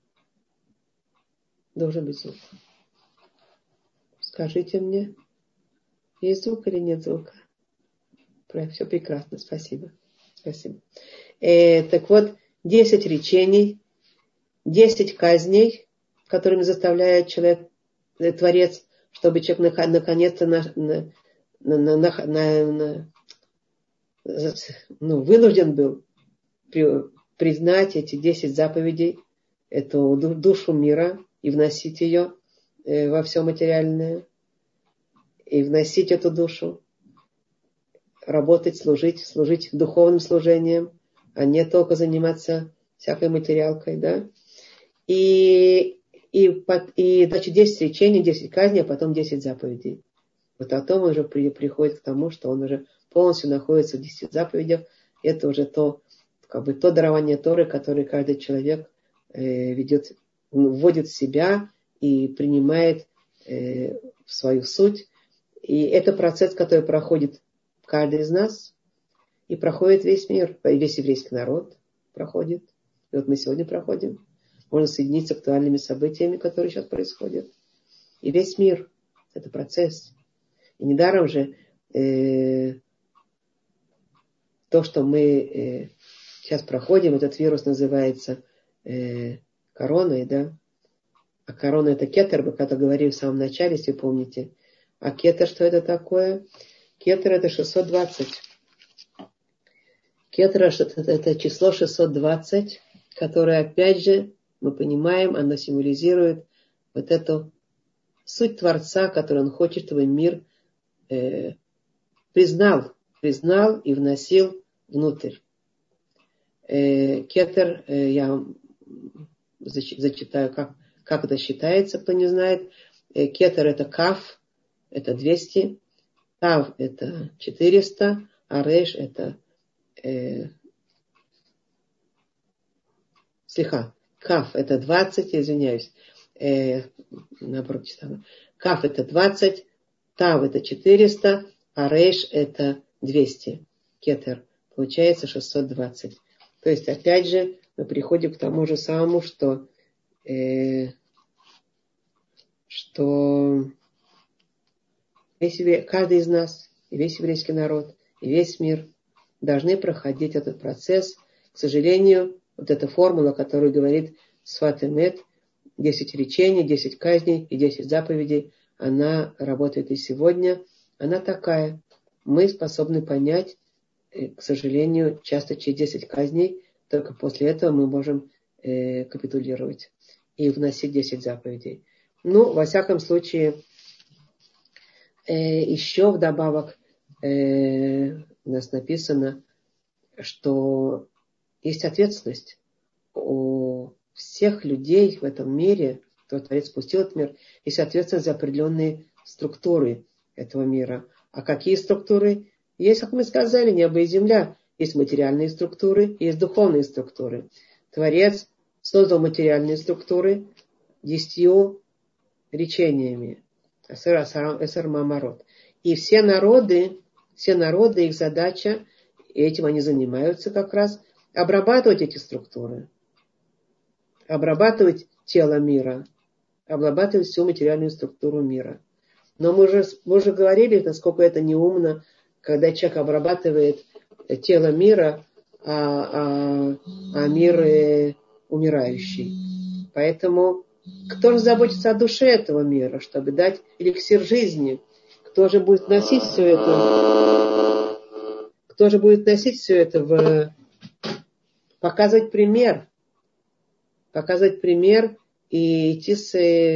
Должен быть звук. Скажите мне, есть звук или нет звука? Все прекрасно, спасибо. Спасибо. Э, так вот, десять речений, десять казней, которыми заставляет человек, э, Творец, чтобы человек наконец-то на, на, на, на, на, на, на, ну, вынужден был при, признать эти десять заповедей, эту душу мира, и вносить ее э, во все материальное, и вносить эту душу, работать, служить, служить духовным служением, а не только заниматься всякой материалкой, да. И, и, и значит, десять речений, десять казней, а потом десять заповедей. Вот потом он уже при, приходит к тому, что он уже полностью находится в десяти заповедях. Это уже то, как бы, то дарование Торы, которое каждый человек э, ведет, вводит в себя и принимает э, в свою суть. И это процесс, который проходит каждый из нас, и проходит весь мир, весь еврейский народ проходит. И вот мы сегодня проходим. Можно соединиться с актуальными событиями, которые сейчас происходят. И весь мир. Это процесс. И недаром же э, то, что мы э, сейчас проходим, этот вирус называется э, короной, да. А корона это кетер, мы когда говорили в самом начале, если помните. А кетер, что это такое? Кетер это шестьсот двадцать. Кетер это, это число шестьсот двадцать, которое опять же, мы понимаем, оно символизирует вот эту суть Творца, который он хочет, чтобы мир э, признал, признал и вносил внутрь. Э, кетер, э, я вам зачитаю, как, как это считается, кто не знает. Э, кетер это каф, это двести, тав это четыреста, а рейш это э, слиха. Каф это двадцать, извиняюсь. э, наоборот, читала. Каф это двадцать, Тав это четыреста, а Рейш это двести. Кетер. Получается шестьсот двадцать. То есть, опять же, мы приходим к тому же самому, что, э, что весь, каждый из нас, и весь еврейский народ, и весь мир должны проходить этот процесс. К сожалению, вот эта формула, которую говорит Сфат Эмет, десять речений, десять казней и десять заповедей, она работает и сегодня. Она такая. Мы способны понять, к сожалению, часто через десять казней, только после этого мы можем э, капитулировать и вносить десять заповедей. Ну, во всяком случае, э, еще вдобавок э, у нас написано, что есть ответственность у всех людей в этом мире, кто Творец спустил этот мир, есть ответственность за определенные структуры этого мира. А какие структуры? Есть, как мы сказали, небо и земля. Есть материальные структуры, есть духовные структуры. Творец создал материальные структуры десятью речениями. Эсер Мамарот. И все народы, все народы, их задача, и этим они занимаются как раз, обрабатывать эти структуры. Обрабатывать тело мира. Обрабатывать всю материальную структуру мира. Но мы уже, мы уже говорили, насколько это неумно, когда человек обрабатывает тело мира, а, а, а мир э, умирающий. Поэтому кто же заботится о душе этого мира, чтобы дать эликсир жизни? Кто же будет носить все это? Кто же будет носить все это в... Показывать пример. Показывать пример и идти с,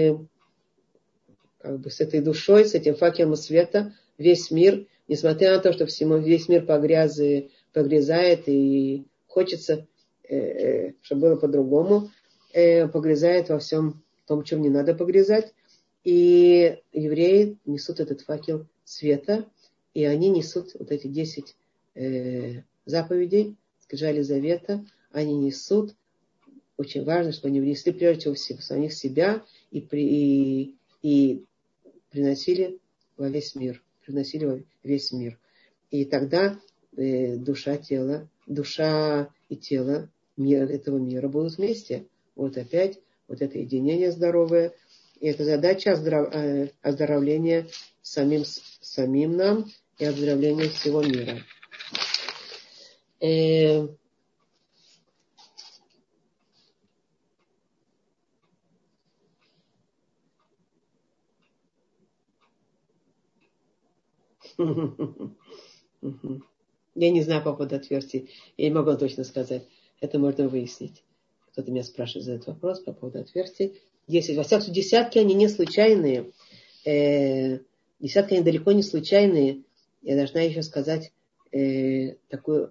как бы, с этой душой, с этим факелом света, весь мир, несмотря на то, что всему, весь мир погряз и погрязает, и хочется, э, чтобы было по-другому, э, погрязает во всем том, чем не надо погрязать. И евреи несут этот факел света, и они несут вот эти десять э, заповедей, скрижали завета, они несут. Очень важно, чтобы они внесли прежде всего в самих себя и, при, и, и приносили во весь мир. Приносили во весь мир. И тогда э, душа, тело, душа и тело мира, этого мира будут вместе. Вот опять вот это единение здоровое. И это задача оздоров, э, оздоровления самим, самим нам и оздоровления всего мира. Э, Я не знаю по поводу отверстий. Я не могу вам точно сказать. Это можно выяснить. Кто-то меня спрашивает, задает вопрос по поводу отверстий. Десять. Во всяком случае, десятки, они не случайные. Э, десятки, они далеко не случайные. Я должна еще сказать э, такую...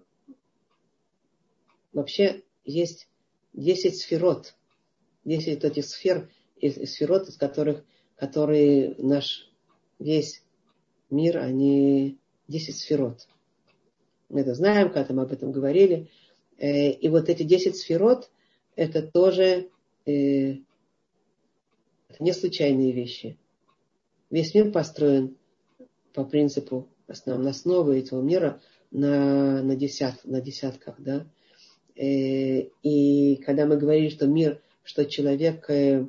Вообще, есть десять сферот. Десять вот этих сфер, сферот, из которых, которые наш весь мир, они десять сферот. Мы это знаем, когда мы об этом говорили. И вот эти десять сферот, это тоже это не случайные вещи. Весь мир построен по принципу основной основы этого мира на, на, десят, на десятках. Да? И когда мы говорили, что мир, что человек,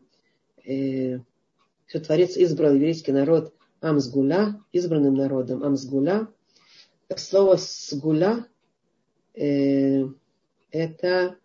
что Творец избрал еврейский народ Амсгуля, избранным народом Амсгуля, слово «сгуля» э, это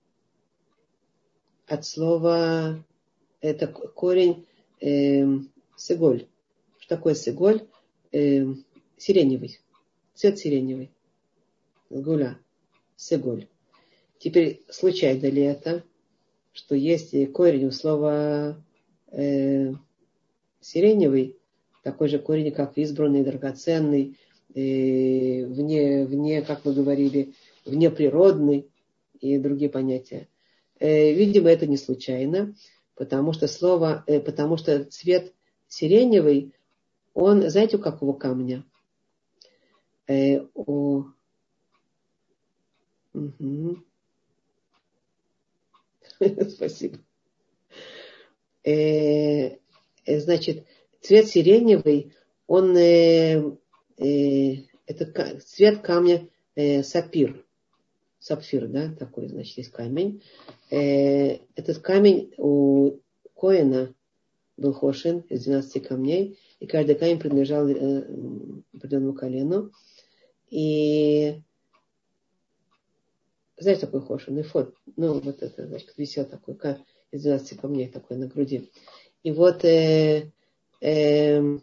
от слова, это корень э, сыголь. Что такое сыголь? Э, сиреневый. Цвет сиреневый. Сгуля. Сыголь. Теперь, случайно ли это, что есть корень у слова э, сиреневый, такой же корень, как избранный, драгоценный, э, вне, вне, как мы говорили, внеприродный и другие понятия. Э, видимо, это не случайно, потому что слово, э, потому что цвет сиреневый, он, знаете, у какого камня? Э, у... Угу. Спасибо. э, э, значит, цвет сиреневый, он, э, э, это цвет камня э, сапир. Сапфир, да, такой, значит, есть камень. Э, этот камень у Коэна был хошин из двенадцати камней, и каждый камень принадлежал э, определенному колену. И знаете, такой хошин, эфод, ну, вот это, значит, висел такой из двенадцати камней такой на груди. И вот э, э,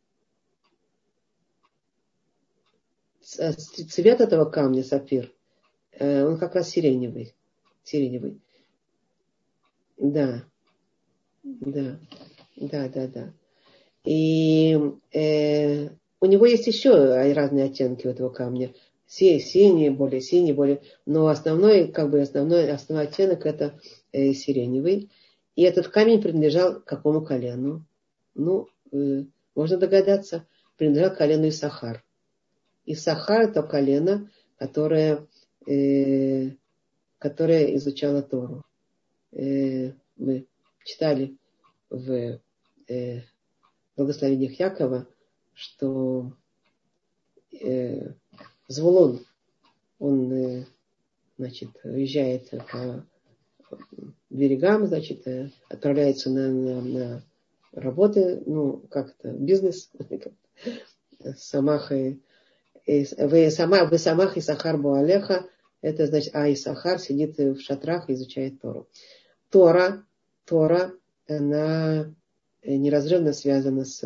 цвет этого камня, сапфир, э, он как раз сиреневый. Сиреневый. Да. Да. Да, да, да. И э, у него есть еще разные оттенки у этого камня. Синий, более синий, более... Но основной, как бы основной, основной оттенок это э, сиреневый. И этот камень принадлежал к какому колену? Ну, э, можно догадаться, принадлежал к колену Исахар. Исахар это колено, которое, э, которое изучало Тору. Э, мы читали в э, благословениях Якова, что э, Звулон, он, э, значит, уезжает по берегам, значит, э, отправляется на, на, на работы, ну, как-то, бизнес, Самах и вы Самах и Сахар Буалеха, это значит, а Исахар сидит в шатрах и изучает Тору. Тора, Тора, она неразрывно связана с,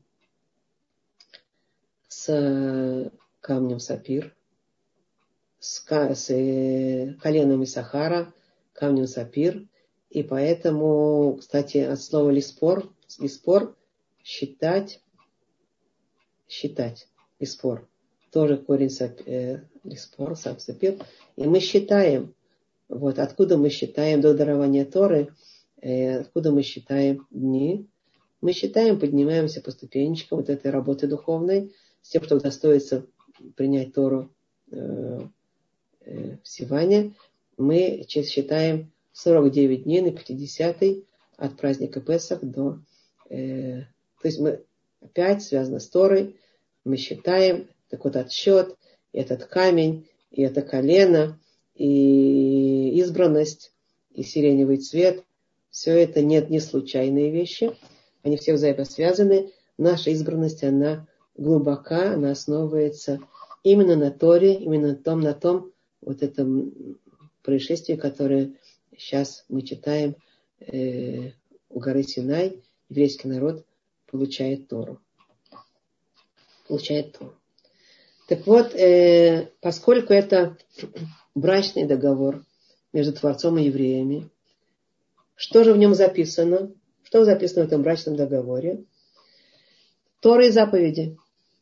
с камнем сапир, с, с коленом Исахара, камнем сапир. И поэтому, кстати, от слова лиспор, лиспор, считать, считать, лиспор, тоже корень сап, э, лиспор, сапир. И мы считаем, вот, откуда мы считаем до дарования Торы, э, откуда мы считаем дни. Мы считаем, поднимаемся по ступенечкам вот этой работы духовной, с тем, чтобы достоиться принять Тору э, э, в Сиване. Мы считаем сорок девять дней на пятидесятый от праздника Песах до... Э, то есть мы опять связаны с Торой, мы считаем, так вот отсчет, этот камень, и это колено, и избранность, и сиреневый цвет. Все это нет, не случайные вещи. Они все взаимосвязаны. Наша избранность, она глубока, она основывается именно на Торе, именно на том, на том вот этом происшествии, которое сейчас мы читаем э, у горы Синай. Еврейский народ получает Тору. Получает Тору. Так вот, э, поскольку это брачный договор между Творцом и евреями, что же в нем записано? Что записано в этом брачном договоре? Тора и заповеди.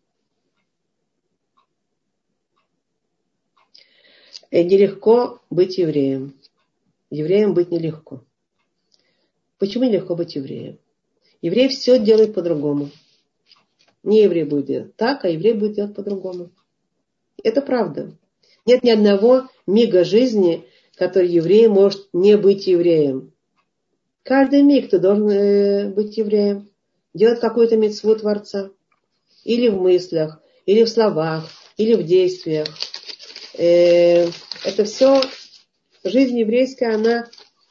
Э, нелегко быть евреем. Евреем быть нелегко. Почему нелегко быть евреем? Еврей все делает по-другому. Не еврей будет делать так, а еврей будет делать по-другому. Это правда. Нет ни одного мига жизни, который еврей может не быть евреем. Каждый миг ты должен э, быть евреем. Делать какую-то мицву Творца. Или в мыслях, или в словах, или в действиях. Э, это все, жизнь еврейская, она,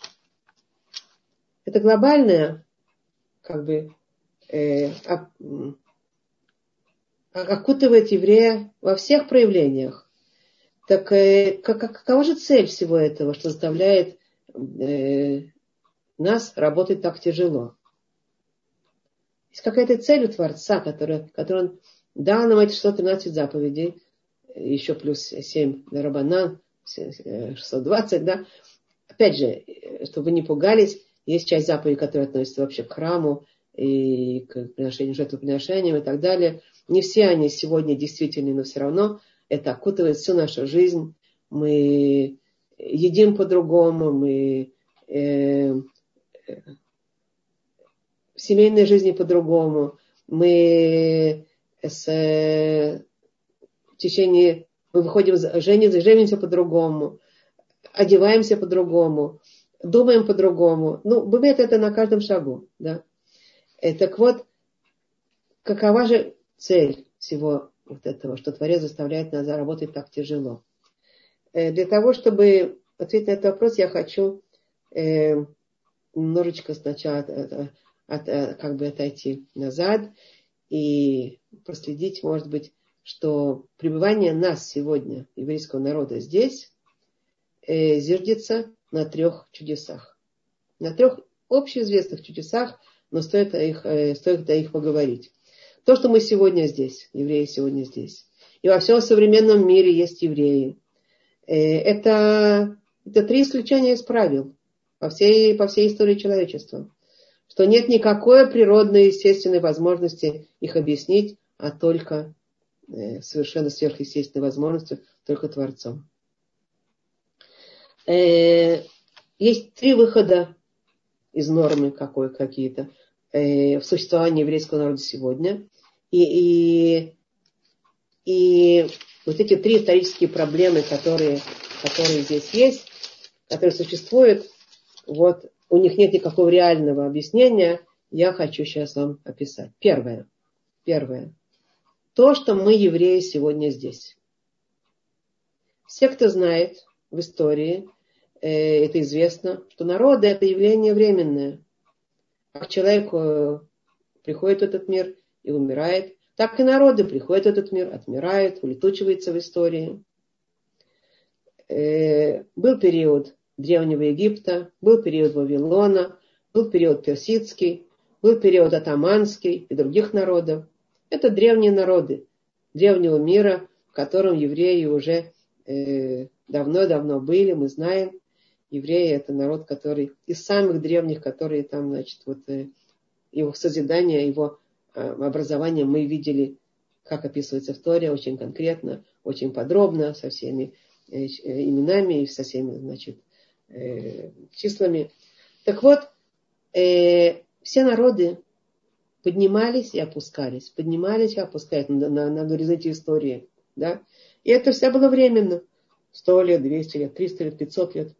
это глобальная, как бы, э, окутывает еврея во всех проявлениях. Так э, как, какова же цель всего этого, что заставляет э, нас работать так тяжело? Есть какая-то цель у Творца, которая, которую он дал нам эти шестьсот тринадцать заповедей, еще плюс семь на Рабанан, шестьсот двадцать, да. Опять же, чтобы вы не пугались, есть часть заповедей, которая относится вообще к храму и к приношению жертвоприношениям и так далее. Не все они сегодня действительны, но все равно это окутывает всю нашу жизнь. Мы едим по-другому, мы э, в семейной жизни по-другому, мы с, в течение, мы выходим, женимся, женимся по-другому, одеваемся по-другому, думаем по-другому. Ну, бывает это на каждом шагу, да. И так вот, какова же цель всего вот этого, что Творец заставляет нас работать так тяжело? Для того, чтобы ответить на этот вопрос, я хочу э, немножечко сначала от, от, от, как бы отойти назад и проследить, может быть, что пребывание нас сегодня, еврейского народа, здесь э, зиждется на трех чудесах. На трех общеизвестных чудесах, но стоит о их, э, стоит о их поговорить. То, что мы сегодня здесь, евреи сегодня здесь, и во всем современном мире есть евреи, э, это, это три исключения из правил по всей, по всей истории человечества. Что нет никакой природной, естественной возможности их объяснить, а только э, совершенно сверхъестественной возможностью, только Творцом. Э, есть три выхода из нормы какой, какие-то э, в существовании еврейского народа сегодня. И, и, и вот эти три исторические проблемы, которые, которые здесь есть, которые существуют, вот у них нет никакого реального объяснения, я хочу сейчас вам описать. Первое. Первое. То, что мы, евреи, сегодня здесь. Все, кто знает в истории, э, это известно, что народы – это явление временное. Как человек э, приходит в этот мир и умирает, так и народы приходят в этот мир, отмирают, улетучиваются в истории. Э, был период Древнего Египта, был период Вавилона, был период персидский, был период атаманский и других народов. Это древние народы древнего мира, в котором евреи уже э, давно-давно были, мы знаем. Евреи – это народ, который из самых древних, которые там, значит, вот э, его созидание, его э, образование мы видели, как описывается в Торе, очень конкретно, очень подробно, со всеми э, именами и со всеми, значит, э, числами. Так вот, э, все народы поднимались и опускались, поднимались и опускались на, на, на горизонте истории. Да? И это все было временно. Сто лет, двести лет, триста лет, пятьсот лет.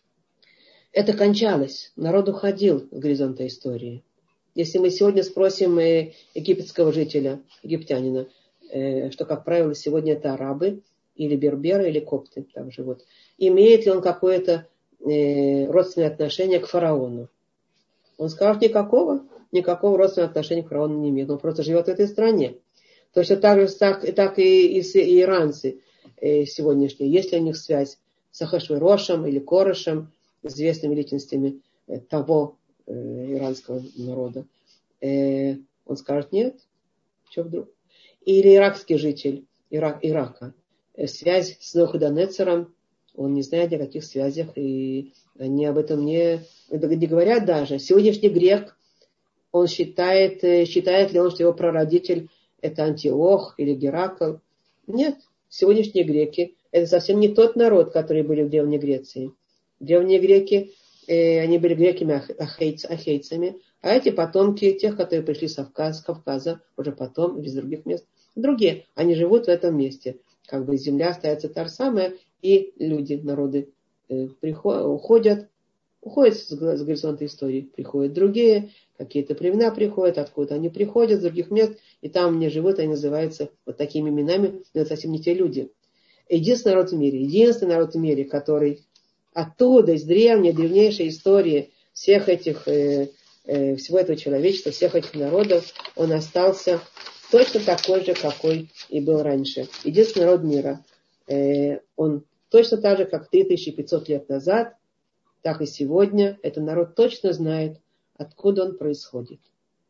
Это кончалось. Народ уходил с горизонта истории. Если мы сегодня спросим э, египетского жителя, египтянина, э, что, как правило, сегодня это арабы, или берберы, или копты там живут, имеет ли он какое-то э, родственное отношение к фараону? Он скажет, никакого. Никакого родственного отношения к фараону не имеет. Он просто живет в этой стране. Точно так же так, так и, и, и иранцы э, сегодняшние. Есть ли у них связь с Ахашверошем или Корешем, известными личностями э, того э, иранского народа? Э, он скажет, нет. Что вдруг? Или иракский житель Ирак, Ирака. Э, связь с Навуходоносором. Он не знает о каких связях. И они об этом не, не говорят даже. Сегодняшний грек, он считает, считает ли он, что его прародитель это Антиох или Геракл? Нет. Сегодняшние греки это совсем не тот народ, который были в Древней Греции. Древние греки, э, они были греками ахейцами, а эти потомки тех, которые пришли с Кавказа, с Кавказа уже потом, из других мест. Другие, они живут в этом месте. Как бы земля остается та же самая, и люди, народы э, приходят, уходят, уходят с, с горизонта истории, приходят другие, какие-то племена приходят, откуда они приходят, с других мест, и там они живут, они называются вот такими именами, но это совсем не те люди. Единственный народ в мире, единственный народ в мире, который оттуда, из древней, древнейшей истории всех этих, э, э, всего этого человечества, всех этих народов, он остался точно такой же, какой и был раньше. Единственный народ мира. Э, он точно так же, как три тысячи пятьсот лет назад, так и сегодня, этот народ точно знает, откуда он происходит.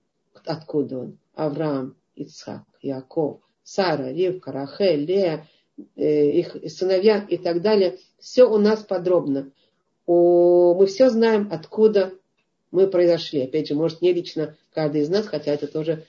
Откуда он? Авраам, Ицхак, Яков, Сара, Ривка, Рахель, Лея, э, их сыновья и так далее. Все у нас подробно. О, мы все знаем, откуда мы произошли. Опять же, может, не лично каждый из нас, хотя это тоже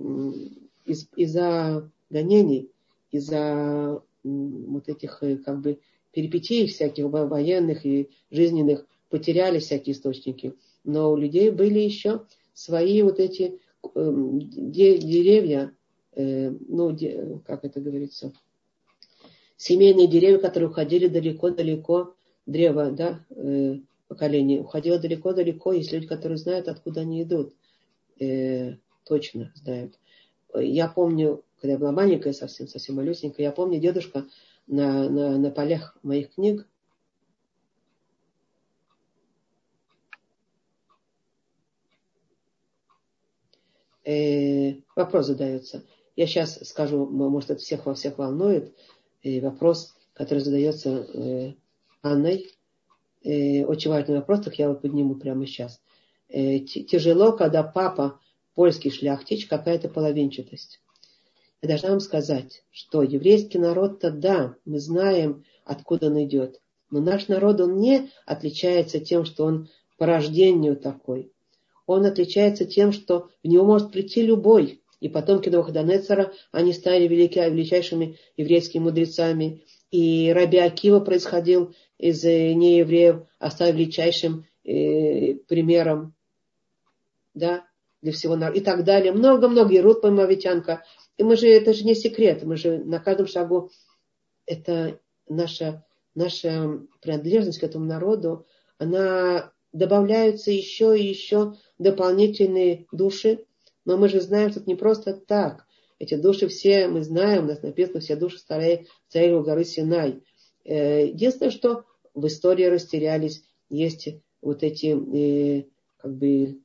из, из-за гонений, из-за вот этих как бы перипетий всяких военных и жизненных потеряли всякие источники. Но у людей были еще свои вот эти э, деревья, э, ну, де, как это говорится, семейные деревья, которые уходили далеко-далеко, древо, да, э, поколение уходило далеко-далеко. Есть люди, которые знают, откуда они идут. Э, точно знают. Я помню, когда я была маленькая, совсем, совсем малюсенькая, я помню, дедушка на, на, на полях моих книг э, вопрос задается. Я сейчас скажу, может, это всех во всех волнует, э, вопрос, который задается э, Анной. Э, очень важный вопрос, так я его подниму прямо сейчас. Э, тяжело, когда папа польский шляхтич, какая-то половинчатость. Я должна вам сказать, что еврейский народ-то, да, мы знаем, откуда он идет. Но наш народ, он не отличается тем, что он по рождению такой. Он отличается тем, что в него может прийти любой. И потомки Навуходоносора, они стали велики, величайшими еврейскими мудрецами. И Раби Акива происходил из неевреев, а стал величайшим э, примером, да, для всего народа. И так далее. Много-много. И Рут Моавитянка. И мы же, это же не секрет. Мы же на каждом шагу, это наша, наша принадлежность к этому народу, она добавляются еще и еще дополнительные души. Но мы же знаем, что это не просто так. Эти души все, мы знаем, у нас написано, все души царей у горы Синай. Единственное, что в истории растерялись, есть вот эти, как бы,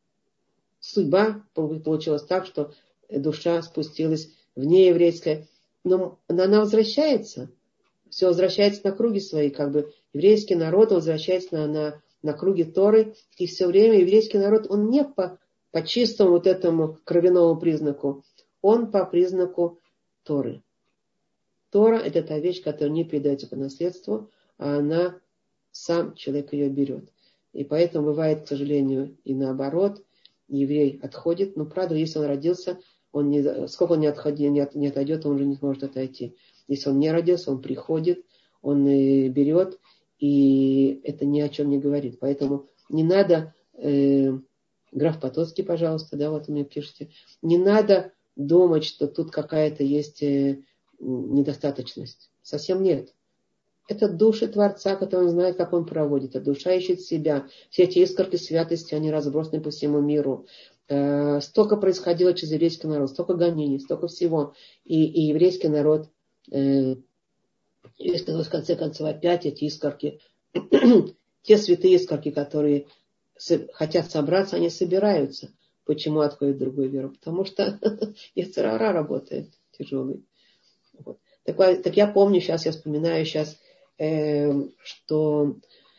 судьба получилась так, что душа спустилась в нееврейское. Но она возвращается. Все возвращается на круги свои. Как бы еврейский народ возвращается на, на, на круги Торы. И все время еврейский народ, он не по, по чистому вот этому кровяному признаку. Он по признаку Торы. Тора — это та вещь, которая не передается по наследству, а она, сам человек ее берет. И поэтому бывает, к сожалению, и наоборот. Еврей отходит. Но, правда, если он родился, он не, сколько он не, отходи, не, от, не отойдет, он уже не сможет отойти. Если он не родился, он приходит, он и берет, и это ни о чем не говорит. Поэтому не надо, э, граф Потоцкий, пожалуйста, да, вот вы мне пишете, не надо думать, что тут какая-то есть э, недостаточность. Совсем нет. Это души Творца, который он знает, как он проводит. А душа ищет себя. Все эти искорки святости, они разбросаны по всему миру. Э, столько происходило через еврейский народ, столько гонений, столько всего. И, и еврейский народ, э, еврейский народ, в конце концов, опять эти искорки, те святые искорки, которые с, хотят собраться, они собираются. Почему отходят в другую веру? Потому что йецер ара работает тяжелый. Вот. Так, так я помню, сейчас я вспоминаю сейчас, э, что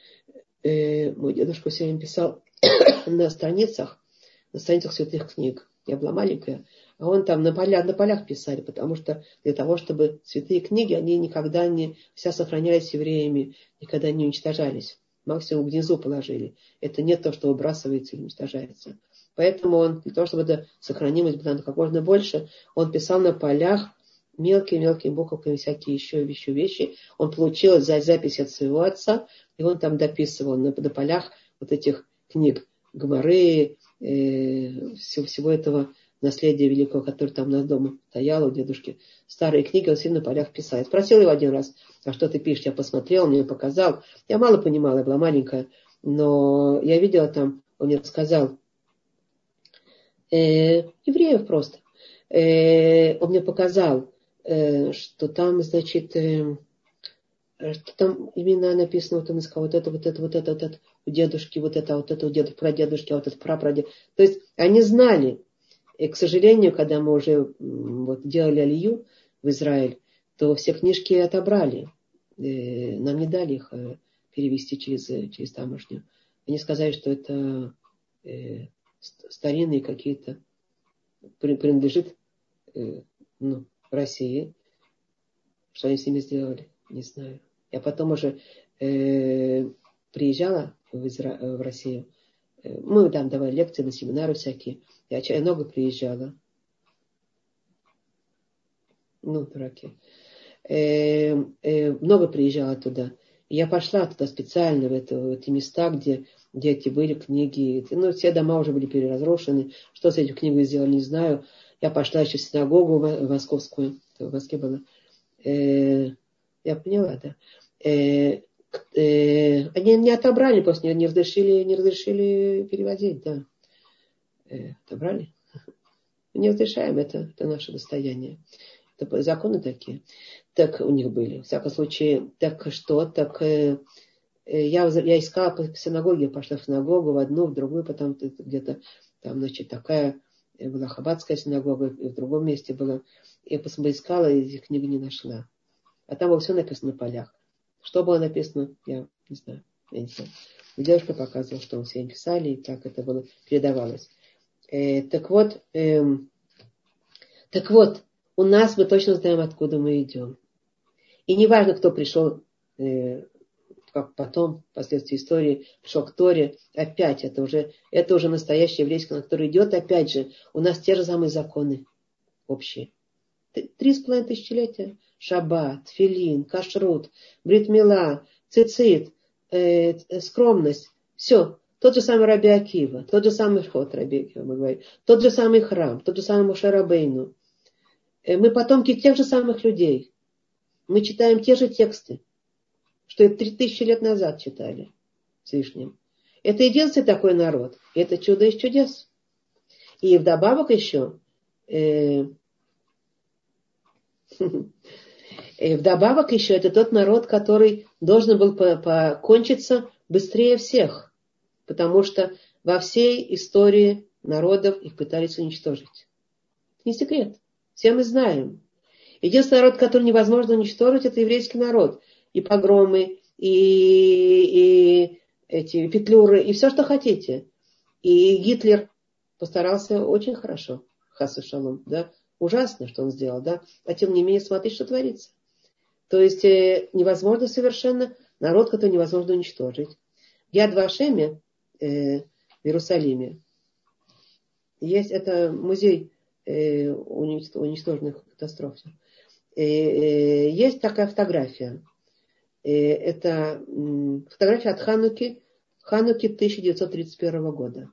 э, мой дедушка все время писал на страницах, на страницах святых книг. Я была маленькая, а он там на полях, на полях писали, потому что для того, чтобы святые книги, они никогда не вся сохранялись евреями, никогда не уничтожались. Максимум внизу положили. Это не то, что выбрасывается или уничтожается. Поэтому он, для того, чтобы это сохранилось как можно больше, он писал на полях мелкими-мелкими буковками всякие еще, еще вещи. Он получил запись от своего отца, и он там дописывал на, на полях вот этих книг Гемары, э, всего, всего этого наследия великого, которое там на дома стояло у дедушки. Старые книги он сильно на полях писал. Я спросил его один раз, а что ты пишешь? Я посмотрел, он мне показал. Я мало понимала, я была маленькая, но я видела там, он мне рассказал, э, евреев просто. Э, он мне показал, что там, значит, что там именно написано, вот он сказал, вот это, вот это, вот это, вот это у дедушки, вот это, вот это у дедушки, прадедушки, а вот это прапрадед. То есть они знали. И, к сожалению, когда мы уже вот, делали алию в Израиль, то все книжки отобрали. Нам не дали их перевести через, через тамошнюю. Они сказали, что это старинные какие-то, принадлежит, ну, России. Что они с ними сделали, не знаю. Я потом уже э, приезжала в, Изра... в Россию. Мы там давали лекции на семинары всякие. Я, я много приезжала. Ну, дураки. Э, э, много приезжала туда. И я пошла туда специально, в, это, в эти места, где, где эти были книги. Ну, все дома уже были переразрушены. Что с этих книгами сделали, не знаю. Я пошла еще в синагогу московскую. В Москве была. Э, я поняла, да. Э, Э, они не отобрали, просто не разрешили, не разрешили переводить, да. Э, отобрали. Не разрешаем, это, это наше достояние. Это законы такие. Так у них были. В всяком случае, так что, так э, я, я искала по синагоге, пошла в синагогу, в одну, в другую, потом где-то там, значит, такая была хаббатская синагога, и в другом месте была. Я поискала, и этих книг не нашла. А там было все написано на полях. Что было написано, я не знаю. Я не знаю. Девушка показывала, что все им писали, и так это было, передавалось. Э, так вот, э, так вот, у нас мы точно знаем, откуда мы идем. И не важно, кто пришел, э, как потом, впоследствии истории, пришел к Торе, опять это уже, это уже настоящий еврейский, на который идет, опять же, у нас те же самые законы общие. Три с половиной тысячелетия. Шаббат, филин, кашрут, брит-мила, цицит, э, скромность. Все. Тот же самый Раби Акива, тот же самый вход Раби Акива, мы говорим, тот же самый храм, тот же самый Моше Рабейну. Э, мы потомки тех же самых людей. Мы читаем те же тексты, что и три тысячи лет назад читали с лишним. Это единственный такой народ. И это чудо из чудес. И вдобавок еще... Э, И вдобавок еще это тот народ, который должен был покончиться быстрее всех. Потому что во всей истории народов их пытались уничтожить. Не секрет. Все мы знаем. Единственный народ, который невозможно уничтожить, это еврейский народ. И погромы, и, и эти петлюры, и все, что хотите. И Гитлер постарался очень хорошо. Хас вешалом, да. Ужасно, что он сделал, да. А тем не менее, смотри, что творится. То есть э, невозможно совершенно народ, который невозможно уничтожить. В Яд Вашеме э, в Иерусалиме есть, это музей э, уничтоженных катастроф. Э, э, есть такая фотография. Э, это э, фотография от Хануки, Хануки тысяча девятьсот тридцать первого года.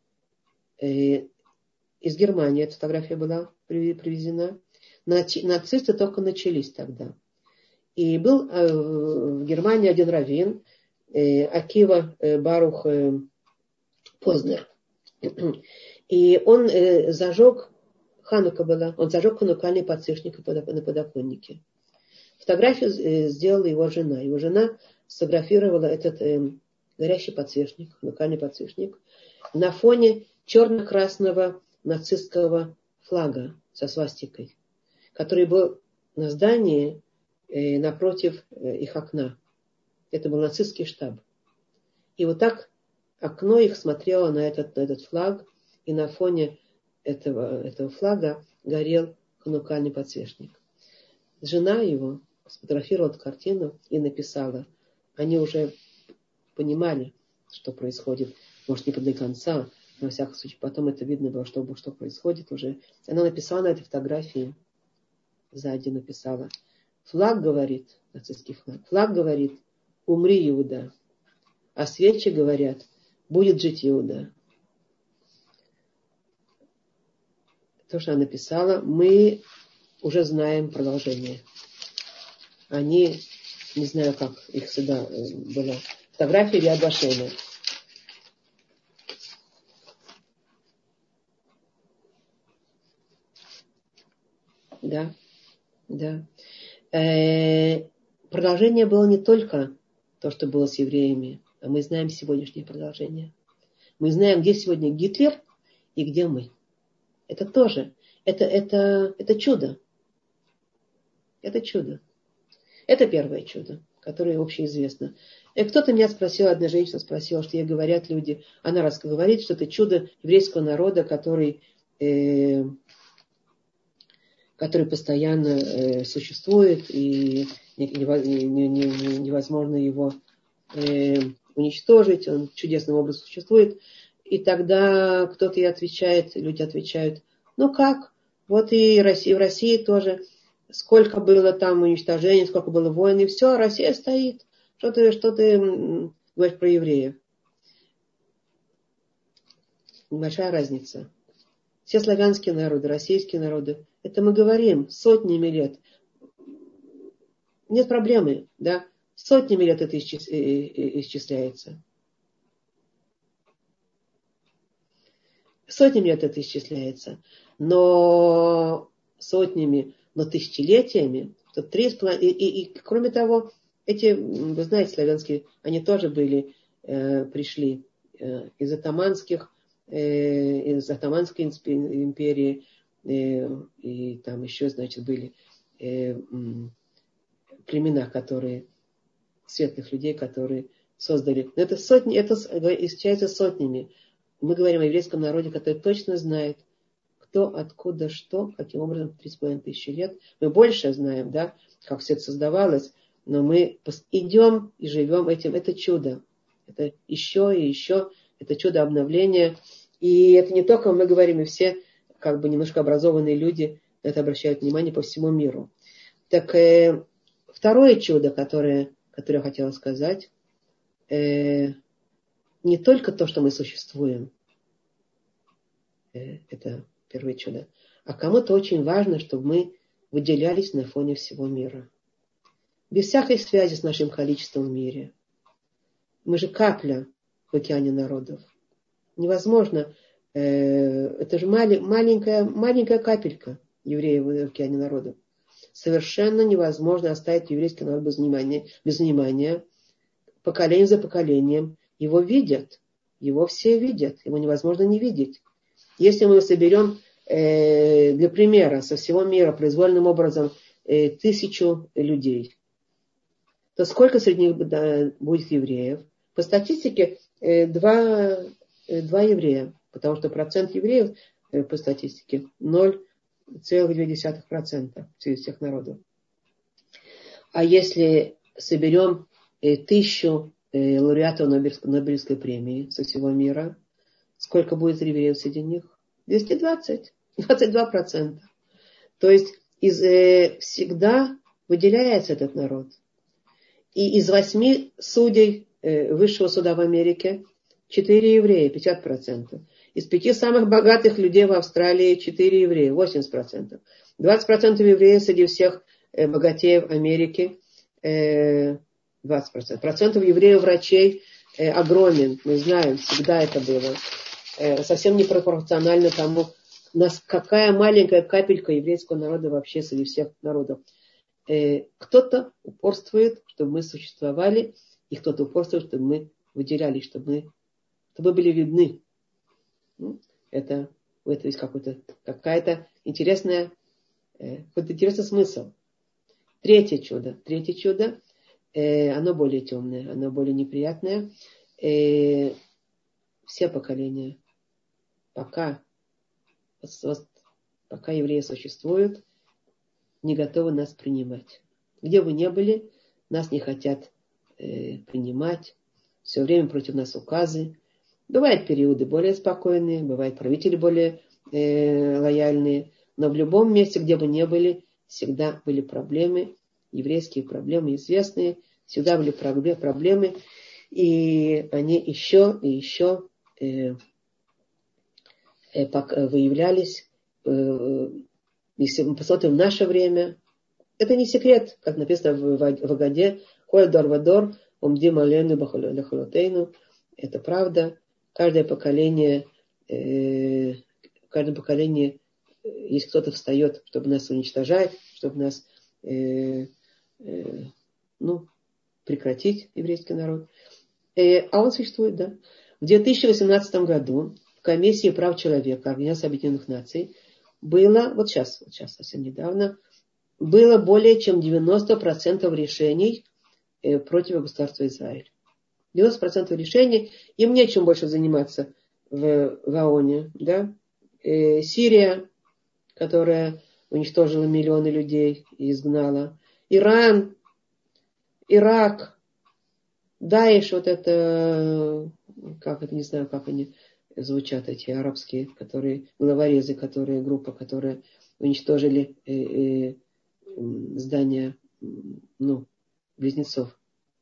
Э, из Германии эта фотография была привезена. Нацисты только начались тогда. И был э, в Германии один раввин, э, Акива э, Барух э, Познер. И он э, зажег, Ханука была, он зажег ханукальный подсвечник на подоконнике. Фотографию э, сделала его жена. Его жена сфотографировала этот э, горящий подсвечник, ханукальный подсвечник, на фоне черно-красного нацистского флага со свастикой, который был на здании напротив их окна. Это был нацистский штаб. И вот так окно их смотрело на этот, на этот флаг, и на фоне этого, этого флага горел ханукальный подсвечник. Жена его сфотографировала эту картину и написала. Они уже понимали, что происходит. Может, не до конца, но во всяком случае, потом это видно было, что, что происходит уже. Она написала на этой фотографии, сзади написала. Флаг говорит, нацистский флаг, флаг говорит, умри, Иуда. А свечи говорят, будет жить Иуда. То, что она написала, мы уже знаем продолжение. Они, не знаю, как их сюда была, фотография Яд Вашеме. Да, да. Э, продолжение было не только то, что было с евреями, а мы знаем сегодняшнее продолжение. Мы знаем, где сегодня Гитлер и где мы. Это тоже, это, это, это чудо. Это чудо. Это первое чудо, которое общеизвестно. И кто-то меня спросил, одна женщина спросила, что ей говорят люди, она раз говорит, что это чудо еврейского народа, который... Э, который постоянно э, существует, и невозможно его э, уничтожить, он чудесным образом существует. И тогда кто-то и отвечает, люди отвечают, ну как, вот и Россия, в России тоже, сколько было там уничтожений, сколько было войн, и все, Россия стоит. Что ты, что ты говоришь про евреев? Большая разница. Все славянские народы, российские народы, это мы говорим сотнями лет. Нет проблемы, да. Сотнями лет это исчисляется. Сотнями лет это исчисляется. Но сотнями, но тысячелетиями, то три с половиной, и, и, и кроме того, эти, вы знаете, славянские, они тоже были, э, пришли э, из атаманских, э, из атаманской империи, э, и там еще, значит, были э, племена, которые, светлых людей, которые создали. Но это сотни, это исчисляется сотнями. Мы говорим о еврейском народе, который точно знает, кто, откуда, что, каким образом три с половиной тысячи лет. Мы больше знаем, да, как все это создавалось, но мы идем и живем этим. Это чудо. Это еще и еще. Это чудо обновления. И это не только мы говорим, и все как бы немножко образованные люди на это обращают внимание по всему миру. Так э, второе чудо, которое, которое я хотела сказать, э, не только то, что мы существуем, э, это первое чудо, а кому-то очень важно, чтобы мы выделялись на фоне всего мира. Без всякой связи с нашим количеством в мире. Мы же капля в океане народов. Невозможно, э, это же мали, маленькая, маленькая капелька евреев в океане народов. Совершенно невозможно оставить еврейский народ без внимания, без внимания. Поколение за поколением его видят. Его все видят. Его невозможно не видеть. Если мы соберем, э, для примера, со всего мира произвольным образом э, тысячу людей, то сколько среди них да, будет евреев? По статистике э, два, э, два еврея, потому что процент евреев э, по статистике ноль целых две десятых процента среди всех народов. А если соберем э, тысячу э, лауреатов Нобелевской, Нобелевской премии со всего мира, сколько будет евреев среди них? двести двадцать, двадцать два процента. То есть из, э, всегда выделяется этот народ. И из восьми судей э, высшего суда в Америке четыре еврея, пятьдесят процентов. Из пяти самых богатых людей в Австралии четыре еврея, восемьдесят процентов. двадцать процентов евреев среди всех э, богатеев Америки, э, двадцать процентов. Процентов евреев-врачей э, огромен, мы знаем, всегда это было. Э, совсем непропорционально тому, нас, какая маленькая капелька еврейского народа вообще среди всех народов. Э, кто-то упорствует, чтобы мы существовали, и кто-то упорствует, чтобы мы выделялись, чтобы мы, чтобы мы были видны. Это, это есть какой-то, какая-то интересная, э, какой-то интересный смысл. Третье чудо. Третье чудо, э, оно более темное, оно более неприятное. Э, все поколения, пока, пока евреи существуют, не готовы нас принимать. Где бы ни были, нас не хотят э, принимать. Все время против нас указы. Бывают периоды более спокойные, бывают правители более э, лояльные, но в любом месте, где бы ни были, всегда были проблемы, еврейские проблемы известные, всегда были проблемы, и они еще и еще э, э, выявлялись. Э, если мы посмотрим в наше время, это не секрет, как написано в, в Агаде, «Холь дор вадор, умдим алену бахолотейну». Это правда. Каждое поколение, э, в каждом поколении, если кто-то встает, чтобы нас уничтожать, чтобы нас э, э, ну, прекратить, еврейский народ. Э, а он существует, да. В две тысячи восемнадцатом году в Комиссии прав человека Организации Объединенных Наций было, вот сейчас, вот сейчас, совсем недавно, было более чем девяносто процентов решений э, против государства Израиль. девяносто процентов решений, им нечем больше заниматься в, в ООНе. Да? Э, Сирия, которая уничтожила миллионы людей и изгнала. Иран, Ирак, Даиш, вот это, как это, не знаю, как они звучат, эти арабские, которые, главорезы, которые, группа, которые уничтожили э, э, здания, ну, близнецов.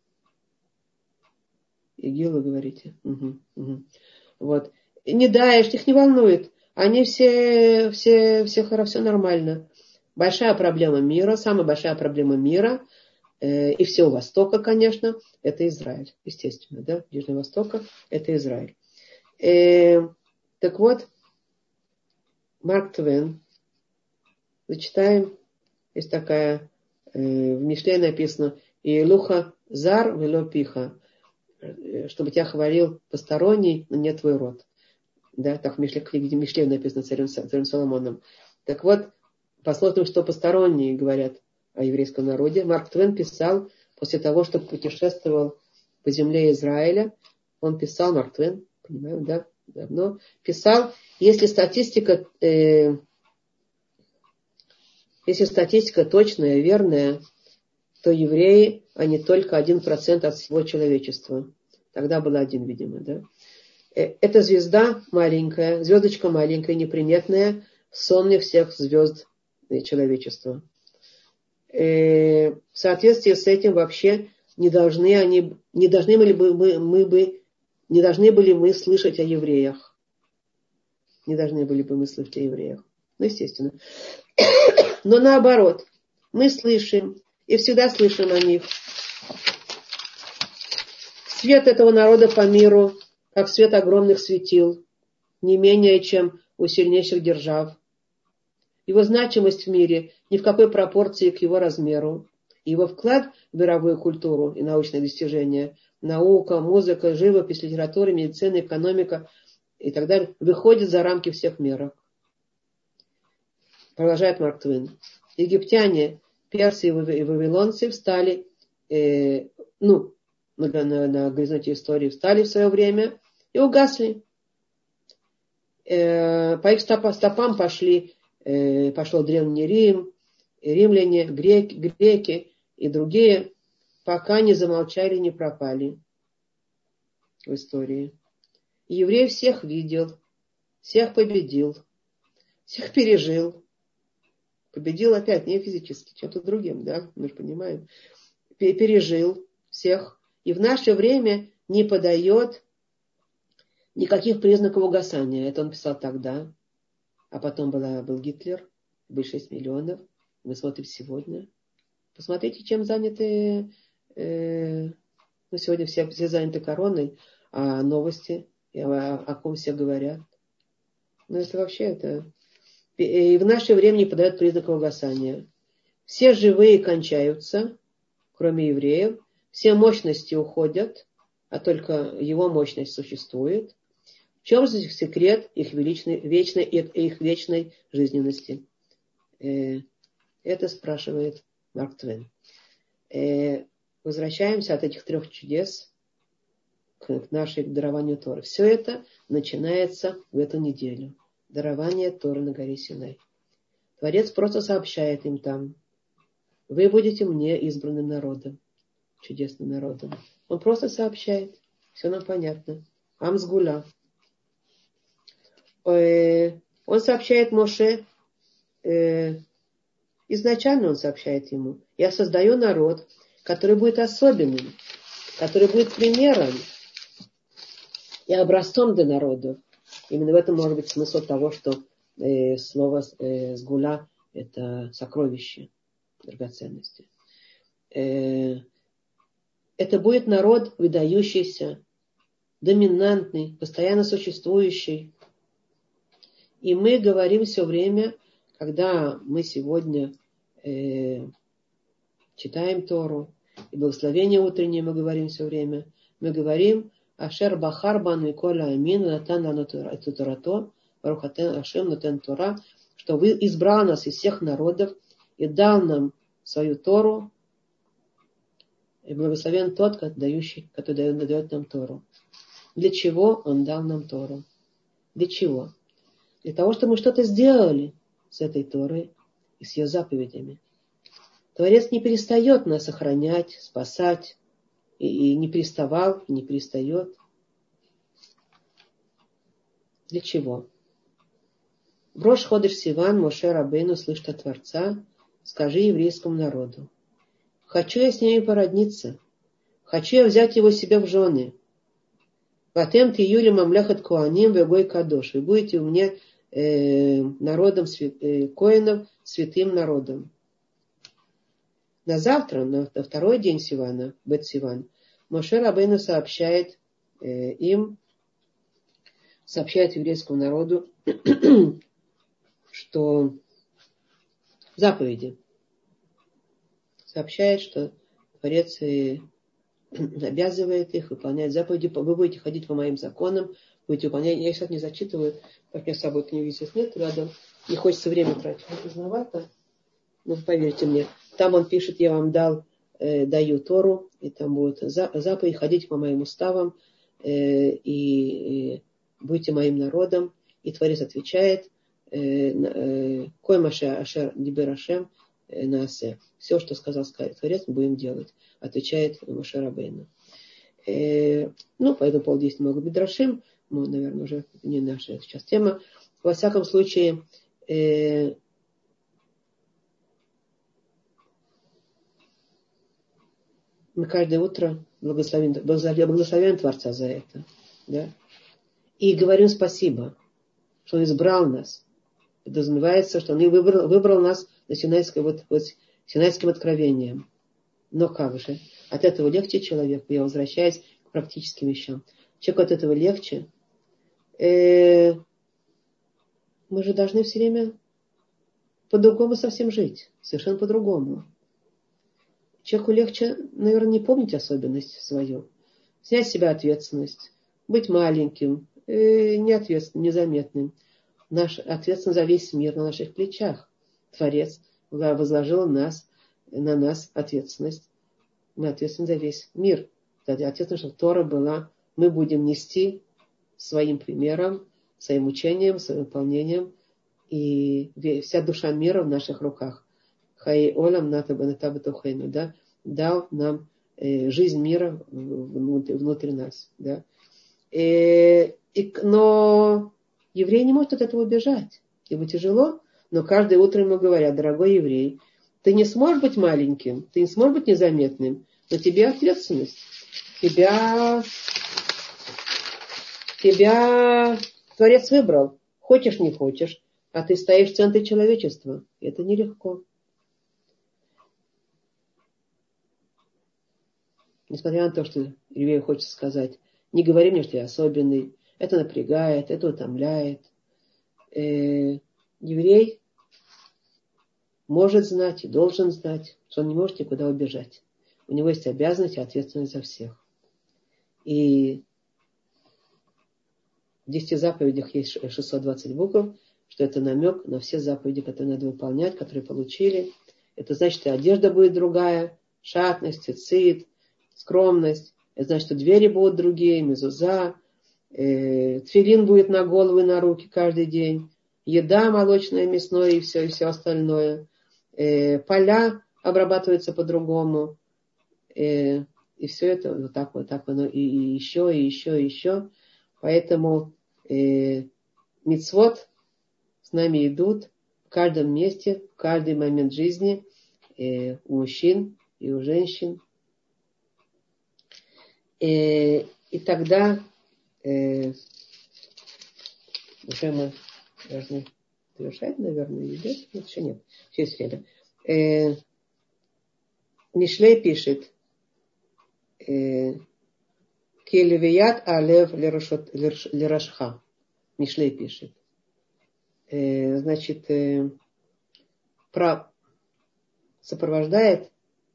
ИГИЛ, вы говорите? Угу, угу. Вот. Не Даиш, их не волнует. Они все, все, все, все нормально. Большая проблема мира, самая большая проблема мира И всего Востока, конечно, это Израиль. Естественно, да, Ближнего Востока это Израиль. Так вот, Марк Твен, зачитаем, есть такая, в Мишле написано, «Иелуха зар вело пиха», чтобы тебя хвалил посторонний, но не твой род. Да, так в Мишле, книге Мишле написано царем, царем Соломоном. Так вот, посмотрим, что посторонние говорят о еврейском народе. Марк Твен писал, после того, что путешествовал по земле Израиля, он писал, Марк Твен, понимаю, да, давно, писал, если статистика, э, если статистика точная, верная, то евреи, они только один процент от всего человечества. Тогда было один, видимо, да. Эта звезда маленькая, звездочка маленькая, неприметная, в сонме всех звезд человечества. В соответствии с этим вообще не должны они, не должны были бы мы, мы бы, не должны были мы слышать о евреях. Не должны были бы мы слышать о евреях. Ну, естественно. Но наоборот, мы слышим и всегда слышим о них. Свет этого народа по миру, как свет огромных светил, не менее, чем у сильнейших держав. Его значимость в мире ни в какой пропорции к его размеру. Его вклад в мировую культуру и научные достижения, наука, музыка, живопись, литература, медицина, экономика и так далее, выходит за рамки всех мерок. Продолжает Марк Твен. Египтяне, персы и вавилонцы встали, э, ну, на, на, на горизонте истории встали в свое время и угасли. Э, по их стопам, стопам пошли, э, пошел Древний Рим, римляне, греки, греки и другие, пока не замолчали, не пропали в истории. И еврей всех видел, всех победил, всех пережил. Победил опять не физически, чем-то другим, да, мы же понимаем. Пережил всех. И в наше время не подает никаких признаков угасания. Это он писал тогда. А потом была, был Гитлер, было шесть миллионов. Мы смотрим сегодня. Посмотрите, чем заняты... Э, ну, сегодня все, все заняты короной, а новости, о, о ком все говорят. Ну, это вообще... это И в наше время не подает признаков угасания. Все живые кончаются, кроме евреев. Все мощности уходят, а только его мощность существует. В чем же секрет их вечной, вечной, их вечной жизненности? Это спрашивает Марк Твен. Возвращаемся от этих трех чудес к нашей к дарованию Торы. Все это начинается в эту неделю. Дарование Торы на горе Синай. Творец просто сообщает им там: вы будете мне избранным народом, чудесным народом. Он просто сообщает. Все нам понятно. Амсгуля. Он сообщает Моше, изначально он сообщает ему: я создаю народ, который будет особенным, который будет примером и образцом для народов. Именно в этом может быть смысл того, что э, слово э, «сгуля» – это сокровище, драгоценности. Э, это будет народ выдающийся, доминантный, постоянно существующий. И мы говорим все время, когда мы сегодня э, читаем Тору, и благословение утреннее мы говорим все время, мы говорим Ашер бахар бан миколя амин натан лану эту торато барухатен ашем натен тора, что вы избрал нас из всех народов и дал нам свою Тору, и благословен тот, дающий, который дает, дает нам Тору. Для чего он дал нам Тору? Для чего? Для того, чтобы мы что-то сделали с этой Торой и с ее заповедями. Творец не перестает нас охранять, спасать, и, и не переставал, и не перестает. Для чего? В Рош ходеш Сиван Моше Рабейну слышит от Творца: скажи еврейскому народу: хочу я с ними породниться, хочу я взять его себе в жены. Ватем ты юли мамляхат коаним вегой кадош. Вы будете у меня э, народом свят, э, коинов, святым народом. на завтра, на, на второй день Сивана, Бет Сиван, Моше Рабейну сообщает э, им, сообщает еврейскому народу, что заповеди. Сообщает, что Творец обязывает их выполнять заповеди. Вы будете ходить по моим законам, будете выполнять. Я их сейчас не зачитываю, так у меня с собой книги здесь нет рядом. Не хочется время тратить. Это поздновато. Но поверьте мне, там он пишет, я вам дал, э, даю Тору, и там будет заповедь, ходить по моим уставам, э, и, и будьте моим народом. И Творец отвечает, Кой Маше Ашер Дибер Ашем Наасе. Все, что сказал Творец, мы будем делать, отвечает Моше Рабейну. Э, ну, по этому поводу есть много мидрашим, но, наверное, уже не наша сейчас тема. Во всяком случае, э, мы каждое утро благословим, благословим Творца за это. Да? И говорим спасибо, что Он избрал нас. Подразумевается, что Он выбрал, выбрал нас на Синайское, вот, вот, Синайским откровением. Но как же? От этого легче человеку. Я возвращаюсь к практическим вещам. Человеку от этого легче. Э, мы же должны все время по-другому совсем жить. Совершенно по-другому. Человеку легче, наверное, не помнить особенность свою. Снять с себя ответственность. Быть маленьким, э, неответственным, незаметным. Наша ответственность за весь мир на наших плечах. Творец возложил нас, на нас ответственность. Мы ответственны за весь мир. Ответственность, чтобы Тора была, мы будем нести своим примером, своим учением, своим выполнением. И вся душа мира в наших руках. Хай Олам Натабатухайну, да, дал нам э, жизнь мира внутри, внутри нас. Да. И, и, но еврей не может от этого убежать. Ему тяжело, но каждое утро ему говорят: дорогой еврей, ты не сможешь быть маленьким, ты не сможешь быть незаметным, но тебе ответственность. Тебя, тебя Творец выбрал. Хочешь, не хочешь, а ты стоишь в центре человечества. Это нелегко. Несмотря на то, что еврею хочется сказать: не говори мне, что я особенный. Это напрягает, это утомляет. Э, еврей может знать и должен знать, что он не может никуда убежать. У него есть обязанность и ответственность за всех. И в десяти заповедях есть шестьсот двадцать букв, что это намек на все заповеди, которые надо выполнять, которые получили. Это значит, что одежда будет другая, шатность, цицит, скромность. Это значит, что двери будут другие, мезуза, э, тфилин будет на голову и на руки каждый день, еда молочная, мясное и все, и все остальное. Э, поля обрабатываются по-другому. Э, и все это вот так вот, так оно и, и еще, и еще, и еще. Поэтому э, мицвот с нами идут в каждом месте, в каждый момент жизни, э, у мужчин и у женщин. Э, и тогда э, уже мы должны завершать, наверное, или нет? Нет, еще нет. Еще есть время. Э, Мишлей пишет: Келевият алев лерашха. Мишлей пишет. Э, значит, э, про, сопровождает,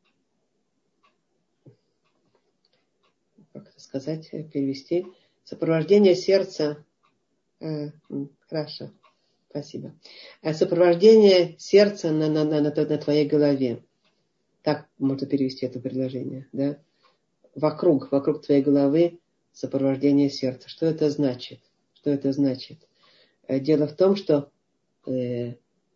как это сказать, перевести, сопровождение сердца. Э, хорошо, спасибо. Сопровождение сердца на, на, на, на твоей голове. Так можно перевести это предложение, да? Вокруг, вокруг твоей головы сопровождение сердца. Что это значит? Что это значит? Дело в том, что э,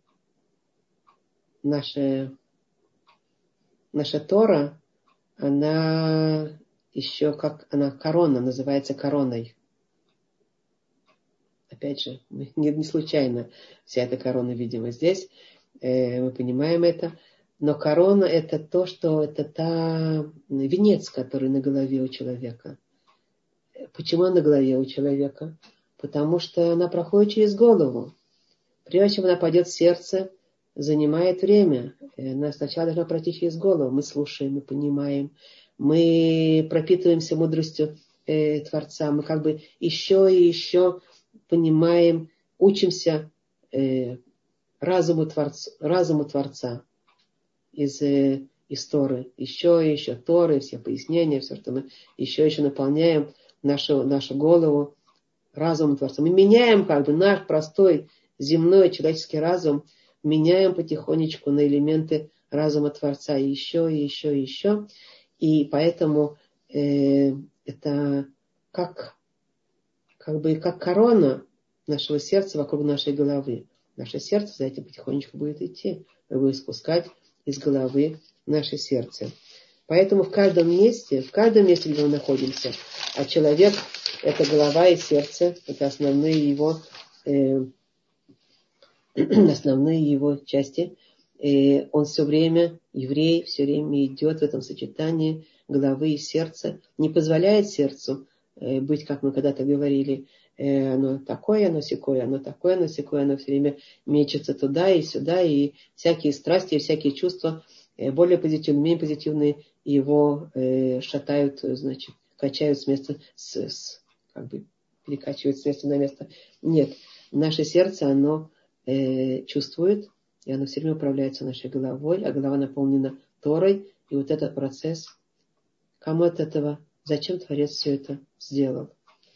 наша, наша Тора, она еще как, она корона, называется короной. Опять же, не, не случайно вся эта корона, видимо, здесь. Э, мы понимаем это. Но корона — это то, что это та венец, который на голове у человека. Почему она на голове у человека? Потому что она проходит через голову. Прежде чем она пойдет в сердце, занимает время. Нас сначала должно пройти через голову. Мы слушаем, мы понимаем, мы пропитываемся мудростью э, Творца, мы как бы еще и еще понимаем, учимся э, разуму, Творца, разуму Творца из, э, из Торы. Еще и еще Торы, все пояснения, все, что мы еще и еще наполняем нашу, нашу голову разумом Творца. Мы меняем как бы наш простой земной человеческий разум, меняем потихонечку на элементы разума Творца и еще, и еще, и еще. И поэтому э, это как, как бы как корона нашего сердца вокруг нашей головы. Наше сердце за этим потихонечку будет идти, будет спускать из головы наше сердце. Поэтому в каждом месте, в каждом месте, где мы находимся, а человек — это голова и сердце, это основные его, э, основные его части. И он все время, еврей, все время идет в этом сочетании головы и сердца, не позволяет сердцу э, быть, как мы когда-то говорили, э, оно такое, оно сякое, оно такое, оно сякое, оно все время мечется туда и сюда, и всякие страсти, и всякие чувства, э, более позитивные, менее позитивные, его э, шатают, значит, качают с места, с, с, как бы перекачивают с места на место. Нет, наше сердце, оно э, чувствует, и оно все время управляется нашей головой, а голова наполнена Торой. И вот этот процесс, кому от этого, зачем Творец все это сделал?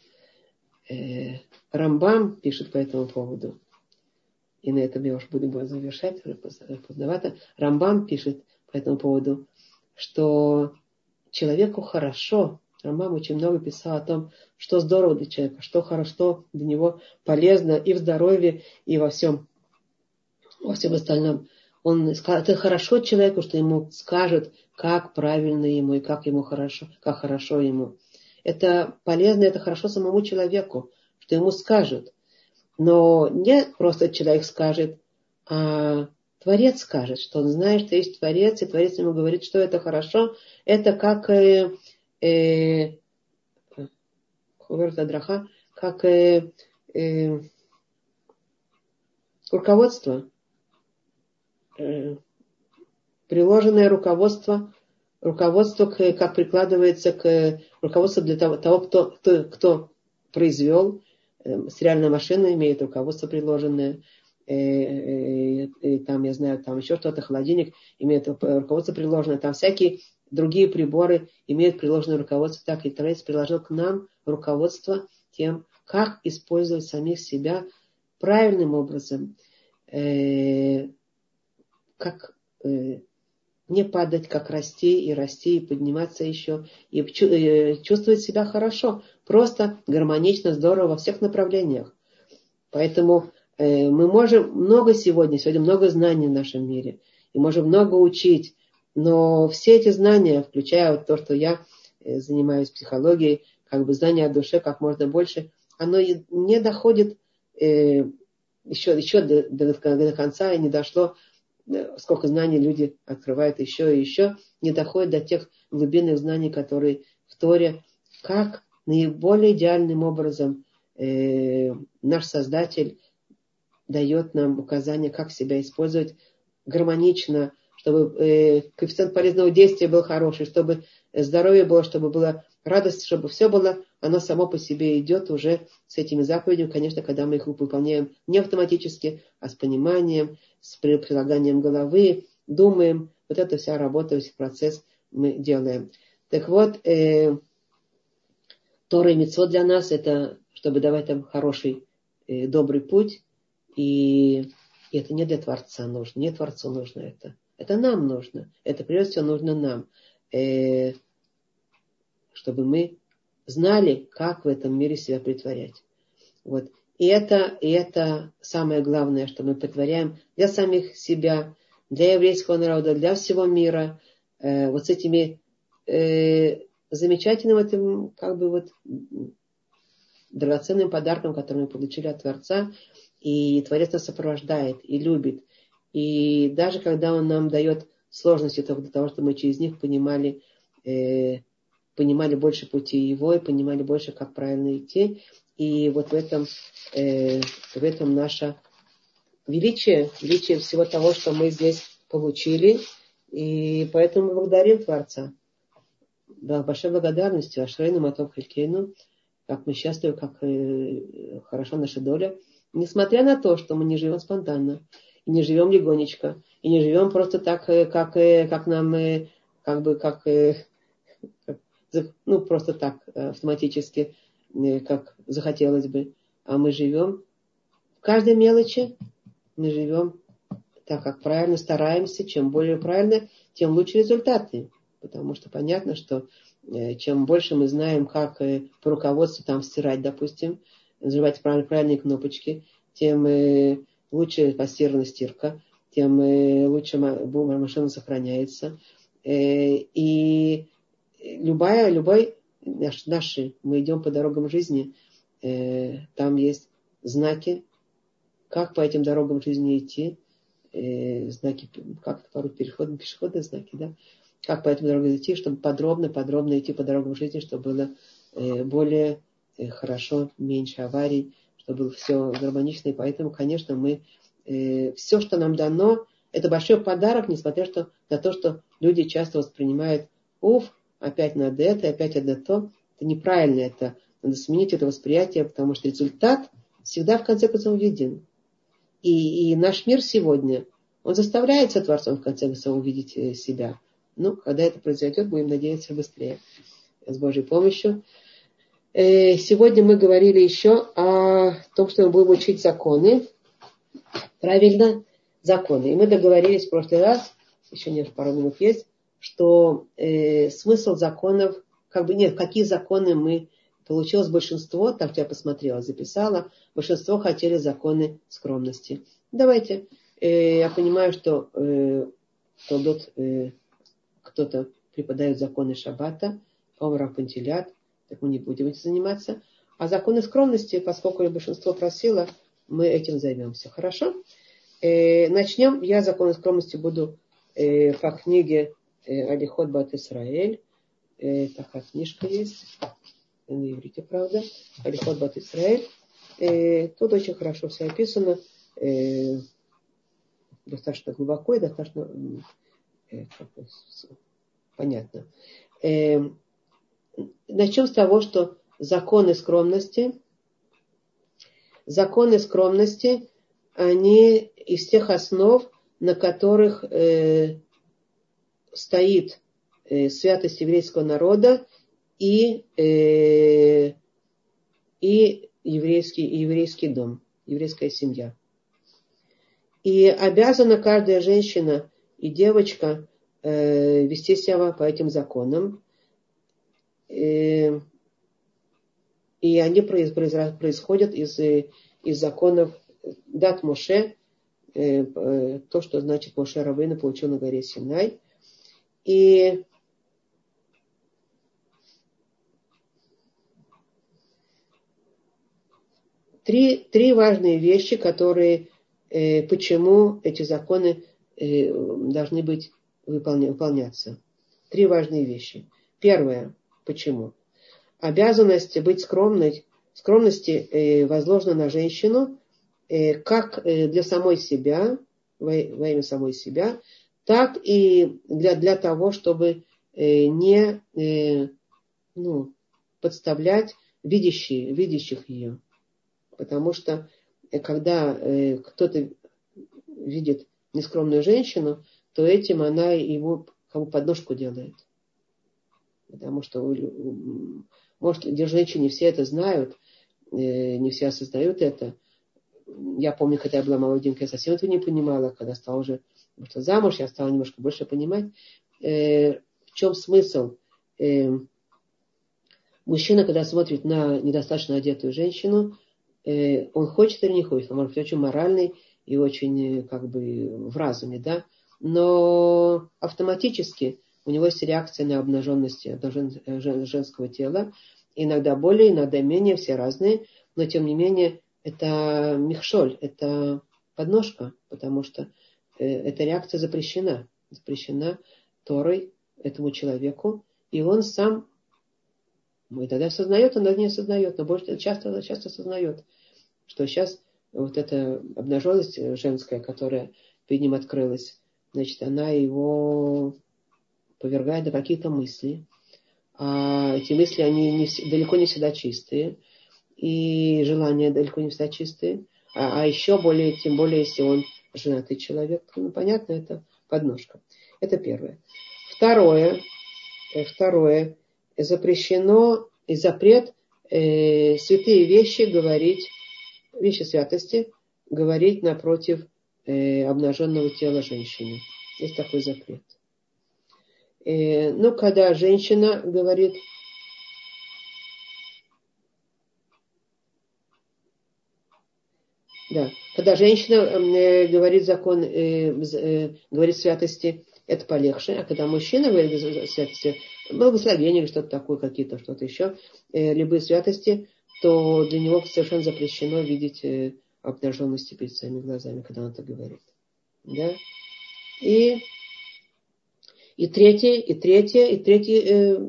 Э, Рамбам пишет по этому поводу, и на этом я уж буду, буду завершать, поздновато. Рамбам пишет по этому поводу, что человеку хорошо. Рамбам очень много писал о том, что здорово для человека, что хорошо для него полезно и в здоровье, и во всем. Во всем остальном. Он сказал, это хорошо человеку, что ему скажут, как правильно ему и как ему хорошо, как хорошо ему. Это полезно, это хорошо самому человеку, что ему скажут. Но не просто человек скажет, а Творец скажет, что он знает, что есть Творец, и Творец ему говорит, что это хорошо. Это как э, э, как э, э, руководство. Приложенное руководство, руководство к, как прикладывается к руководству для того, того кто, кто, кто произвел. Стиральная машина имеет руководство приложенное. И, и, и там, я знаю, там еще что-то, холодильник имеет руководство приложенное. Там всякие другие приборы имеют приложенное руководство. Так и Творец приложил к нам руководство тем, как использовать самих себя правильным образом. Как э, не падать, как расти и расти, и подниматься еще, и э, чувствовать себя хорошо, просто гармонично, здорово во всех направлениях. Поэтому э, мы можем много сегодня, сегодня много знаний в нашем мире, и можем много учить, но все эти знания, включая вот то, что я э, занимаюсь психологией, как бы знания о душе как можно больше, оно не доходит э, еще, еще до, до, до конца, и не дошло. Сколько знаний люди открывают еще и еще, не доходит до тех глубинных знаний, которые в Торе, как наиболее идеальным образом э, наш Создатель дает нам указания, как себя использовать гармонично, чтобы э, коэффициент полезного действия был хороший, чтобы здоровье было, чтобы была радость, чтобы все было, оно само по себе идет уже с этими заповедями, конечно, когда мы их выполняем не автоматически, а с пониманием, с прилаганием головы, думаем, вот эта вся работа, весь процесс мы делаем. Так вот, э, Тора и мицвот для нас это, чтобы давать нам хороший, э, добрый путь, и, и это не для Творца нужно, не Творцу нужно это, это нам нужно, это прежде всего нужно нам, э, чтобы мы знали, как в этом мире себя притворять. Вот. И это, и это самое главное, что мы притворяем для самих себя, для еврейского народа, для всего мира. Э, вот с этими э, замечательным этим, как бы вот драгоценным подарком, который мы получили от Творца. И Творец нас сопровождает и любит. И даже когда Он нам дает сложности только для того, чтобы мы через них понимали, э, понимали больше пути Его и понимали больше, как правильно идти. И вот в этом, э, в этом наша, величие, величие всего того, что мы здесь получили. И поэтому мы благодарим Творца. Да, большой благодарностью Ашрейну Матов Хелькейну, как мы счастливы, как э, хороша наша доля. Несмотря на то, что мы не живем спонтанно, и не живем легонечко, и не живем просто так, э, как, э, как нам, э, как бы, как, э, как, ну, просто так, э, автоматически, э, как захотелось бы. А мы живем в каждой мелочи, мы живем так, как правильно, стараемся. Чем более правильно, тем лучше результаты. Потому что понятно, что э, чем больше мы знаем, как э, по руководству там стирать, допустим, нажимать правильно, правильные кнопочки, тем э, лучше постирана стирка, тем э, лучше машина сохраняется. Э, и любая, любой наш, наши, мы идем по дорогам жизни, э, там есть знаки, как по этим дорогам жизни идти, э, знаки, как порой переходные, пешеходные знаки, да, как по этим дорогам идти, чтобы подробно, подробно идти по дорогам жизни, чтобы было э, более э, хорошо, меньше аварий, чтобы было все гармонично. И поэтому, конечно, мы э, все, что нам дано, это большой подарок, несмотря что, на то, что люди часто воспринимают, уф, опять надо это, опять надо то. Это неправильно, это надо сменить это восприятие, потому что результат всегда в конце концов виден. И, и наш мир сегодня, он заставляется Творцом в конце концов увидеть себя. Ну, когда это произойдет, будем надеяться быстрее. С Божьей помощью. Сегодня мы говорили еще о том, что мы будем учить законы. Правильно? Законы. И мы договорились в прошлый раз, еще не пару минут есть, что э, смысл законов, как бы нет, какие законы мы... Получилось большинство, так я посмотрела, записала, большинство хотели законы скромности. Давайте. Э, я понимаю, что э, Толдот, э, кто-то преподает законы Шаббата, Омра Пантилят, так мы не будем этим заниматься. А законы скромности, поскольку большинство просило, мы этим займемся. Хорошо? Э, начнем. Я законы скромности буду э, по книге э, Алихот Бат Исраэль. Э, такая книжка есть. На иврите, правда. Алихот Бат Исраэль. Э, тут очень хорошо все описано. Э, достаточно глубоко и достаточно э, понятно. Э, начнем с того, что законы скромности, законы скромности, они из тех основ, на которых э, стоит э, святость еврейского народа и, э, и, еврейский, и еврейский дом, еврейская семья. И обязана каждая женщина и девочка э, вести себя по этим законам. Э, и они произ, произ, происходят из, из законов Дат Моше, э, э, то, что значит Моше Рабейну получил на горе Синай. И три, три важные вещи, которые, э, почему эти законы э, должны быть выполня, выполняться. Три важные вещи. Первое, почему? Обязанность быть скромной, скромности э, возложена на женщину э, как э, для самой себя, во, во имя самой себя, так и для, для того, чтобы э, не э, ну, подставлять видящие, видящих ее. Потому что э, когда э, кто-то видит нескромную женщину, то этим она ему как бы подножку делает. Потому что, может, где женщины не все это знают, э, не все осознают это. Я помню, когда я была молоденькая, я совсем этого не понимала. Когда стала уже вышла замуж, я стала немножко больше понимать. Э, в чем смысл? Э, мужчина, когда смотрит на недостаточно одетую женщину, э, он хочет или не хочет. Он может быть очень моральный и очень как бы в разуме, да? Но автоматически у него есть реакция на обнаженность женского тела. Иногда более, иногда менее, все разные. Но тем не менее, это михшоль, это подножка, потому что эта реакция запрещена. Запрещена Торой этому человеку. И он сам, и тогда осознает, иногда не осознает, но больше часто, часто осознает, что сейчас вот эта обнаженность женская, которая перед ним открылась, значит, она его повергает на какие-то мысли. А эти мысли, они не, далеко не всегда чистые. И желания далеко не всегда чистые. А, а еще более, тем более, если он женатый человек, ну, понятно, это подножка. Это первое. Второе, второе, запрещено и запрет э, святые вещи говорить, вещи святости, говорить напротив э, обнаженного тела женщины. Есть такой запрет. Э, ну, когда женщина говорит, да, когда женщина э, говорит закон, э, э, говорит святости, это полегче, а когда мужчина говорит святости, благословение или что-то такое, какие-то, что-то еще, э, любые святости, то для него совершенно запрещено видеть э, обнаженности перед своими глазами, когда он это говорит. Да? И, и третье, и третье, и третий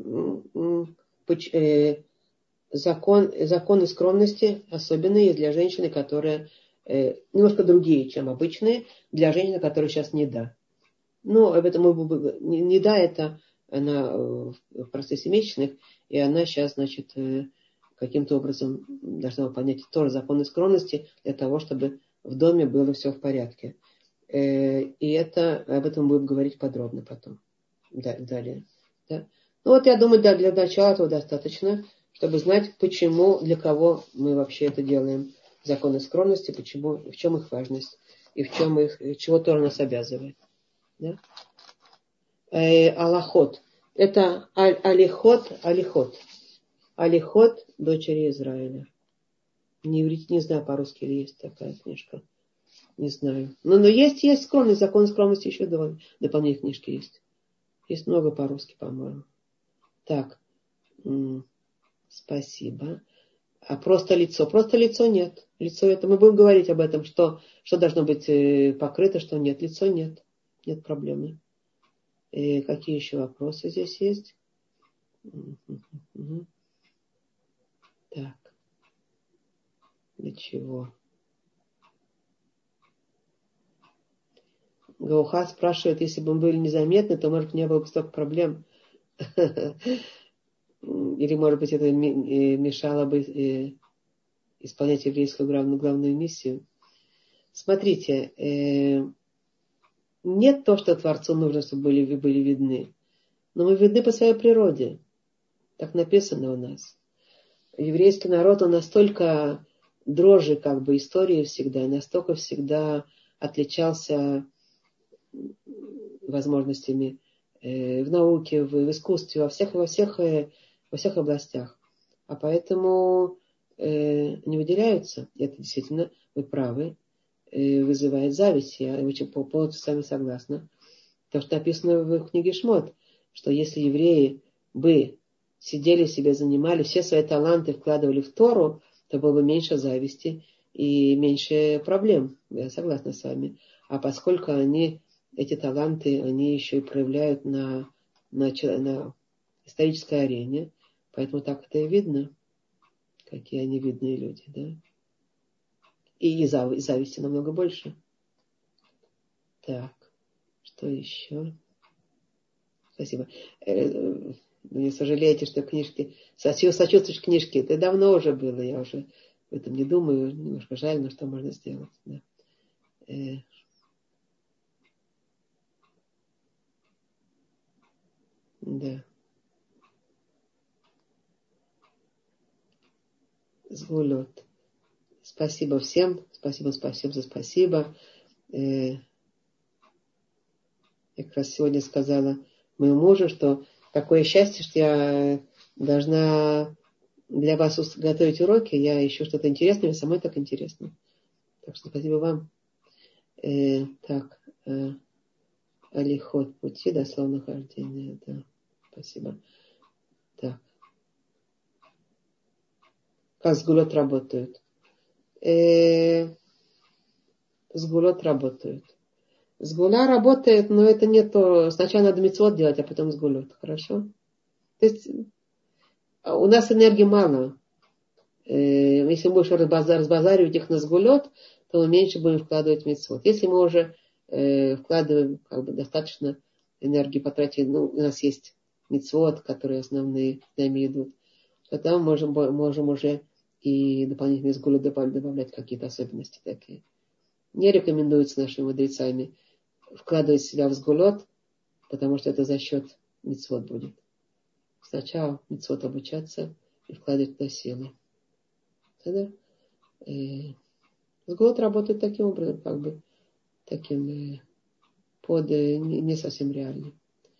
э, э, закон, законы скромности особенные для женщины, которые э, немножко другие, чем обычные, для женщины, которая сейчас не да. Ну, об этом мы не, не да, это она в процессе месячных, и она сейчас, значит, э, каким-то образом должна выполнять тоже законы скромности для того, чтобы в доме было все в порядке. Э, и это, об этом мы будем говорить подробно потом. Да, далее. Да. Ну вот я думаю, да, для начала этого достаточно, чтобы знать, почему, для кого мы вообще это делаем. Законы скромности, почему, в чем их важность, и в чем их, чего Тора нас обязывает. Да? Э, Алахот. Это аль, алихот, алихот. Алихот дочери Израиля. Не, не знаю, по-русски ли есть такая книжка. Не знаю. Но, но есть, есть скромность, закон скромности еще дополнительные книжки есть. Есть много по-русски, по-моему. Так. М- спасибо. А просто лицо. Просто лицо нет. Лицо это. Мы будем говорить об этом, что, что должно быть покрыто, что нет. Лицо нет. Нет проблемы. И какие еще вопросы здесь есть? Угу. Так. Для чего? Гауха спрашивает, если бы мы были незаметны, то, может, не было бы столько проблем. Или, может быть, это мешало бы исполнять еврейскую главную, главную миссию. Смотрите, нет то, что Творцу нужно, чтобы были, были видны. Но мы видны по своей природе. Так написано у нас. Еврейский народ, он настолько дрожжи как бы истории всегда, и настолько всегда отличался возможностями э, в науке, в, в искусстве, во всех, во всех, э, во всех областях. А поэтому э, не выделяются. Это действительно, вы правы, э, вызывает зависть. Я очень полностью с вами согласна. То, что написано в книге Шмот, что если евреи бы сидели себе, занимали, все свои таланты вкладывали в Тору, то было бы меньше зависти и меньше проблем. Я согласна с вами. А поскольку они, эти таланты, они еще и проявляют на, на, на исторической арене, поэтому так это и видно, какие они видные люди, да? И, и зависти намного больше. Так, что еще? Спасибо. Вы не сожалеете, что книжки... Сочувствуешь книжки. Это давно уже было. Я уже в этом не думаю. Немножко жаль, но что можно сделать. Да. Э... да. Сгулет. Спасибо всем. Спасибо, спасибо за спасибо. Э... Я как раз сегодня сказала моему мужу, что такое счастье, что я должна для вас готовить уроки. Я ищу что-то интересное, мне самой так интересно. Так что спасибо вам. Э, так, э, алихот пути, дословно хождение, да, спасибо. Так. Как сгулот работают? Э, сгулот работают. Сгула работает, но это не то. Сначала надо мицвот делать, а потом сгулот. Хорошо? То есть у нас энергии мало. э, если мы будем разбазаривать их на сгулет, то мы меньше будем вкладывать в мицвот. Если мы уже э, вкладываем как бы достаточно энергии потратили, ну, у нас есть мицвот, которые основные с нами идут, то там можем, можем уже и дополнительные сгулы добавлять какие-то особенности такие. Не рекомендуется нашими мудрецами вкладывать себя в сгулот, потому что это за счет мицвот будет. Сначала мицвот обучаться и вкладывать туда силы. Тогда э, сгулот работает таким образом, как бы таким э, под э, не, не совсем реальным.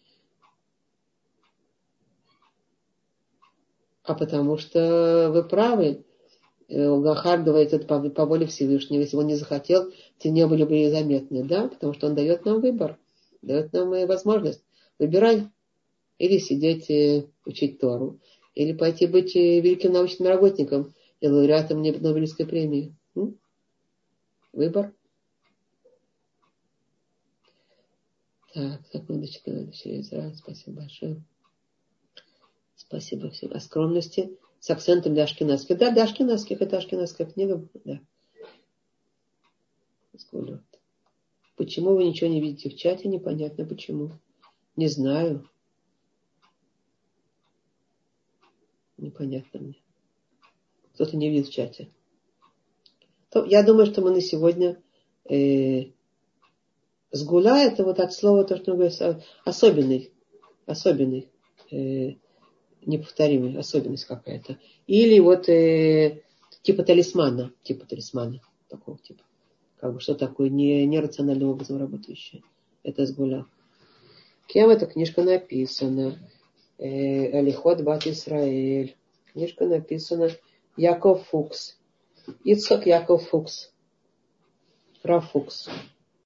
А потому что вы правы, Гахар говорит это по, по воле Всевышнего. Если бы он не захотел, те не были бы и заметны, да? Потому что он дает нам выбор, дает нам возможность. Выбирай. Или сидеть учить Тору, или пойти быть великим научным работником и лауреатом Нобелевской премии. М? Выбор. Так, секундочку, надо через Израиль. Спасибо большое. Спасибо всем. О скромности с акцентом для ашкеназских. Да, для ашкеназских. Это ашкеназская книга. Да. Почему вы ничего не видите в чате? Непонятно почему. Не знаю. Непонятно мне. Кто-то не видит в чате. То, я думаю, что мы на сегодня э, сгуля, это вот от слова, то, что говорится, особенный, особенный, э, неповторимый, особенность какая-то. Или вот э, типа талисмана, типа талисмана, такого типа. Как бы что такое не, нерациональным образом работающее. Это сгуля. Кем эта книжка написана? Э, Алихот Бат Исраэль. Книжка написана Яков Фукс. Ицхак Яков Фукс. Раф Фукс.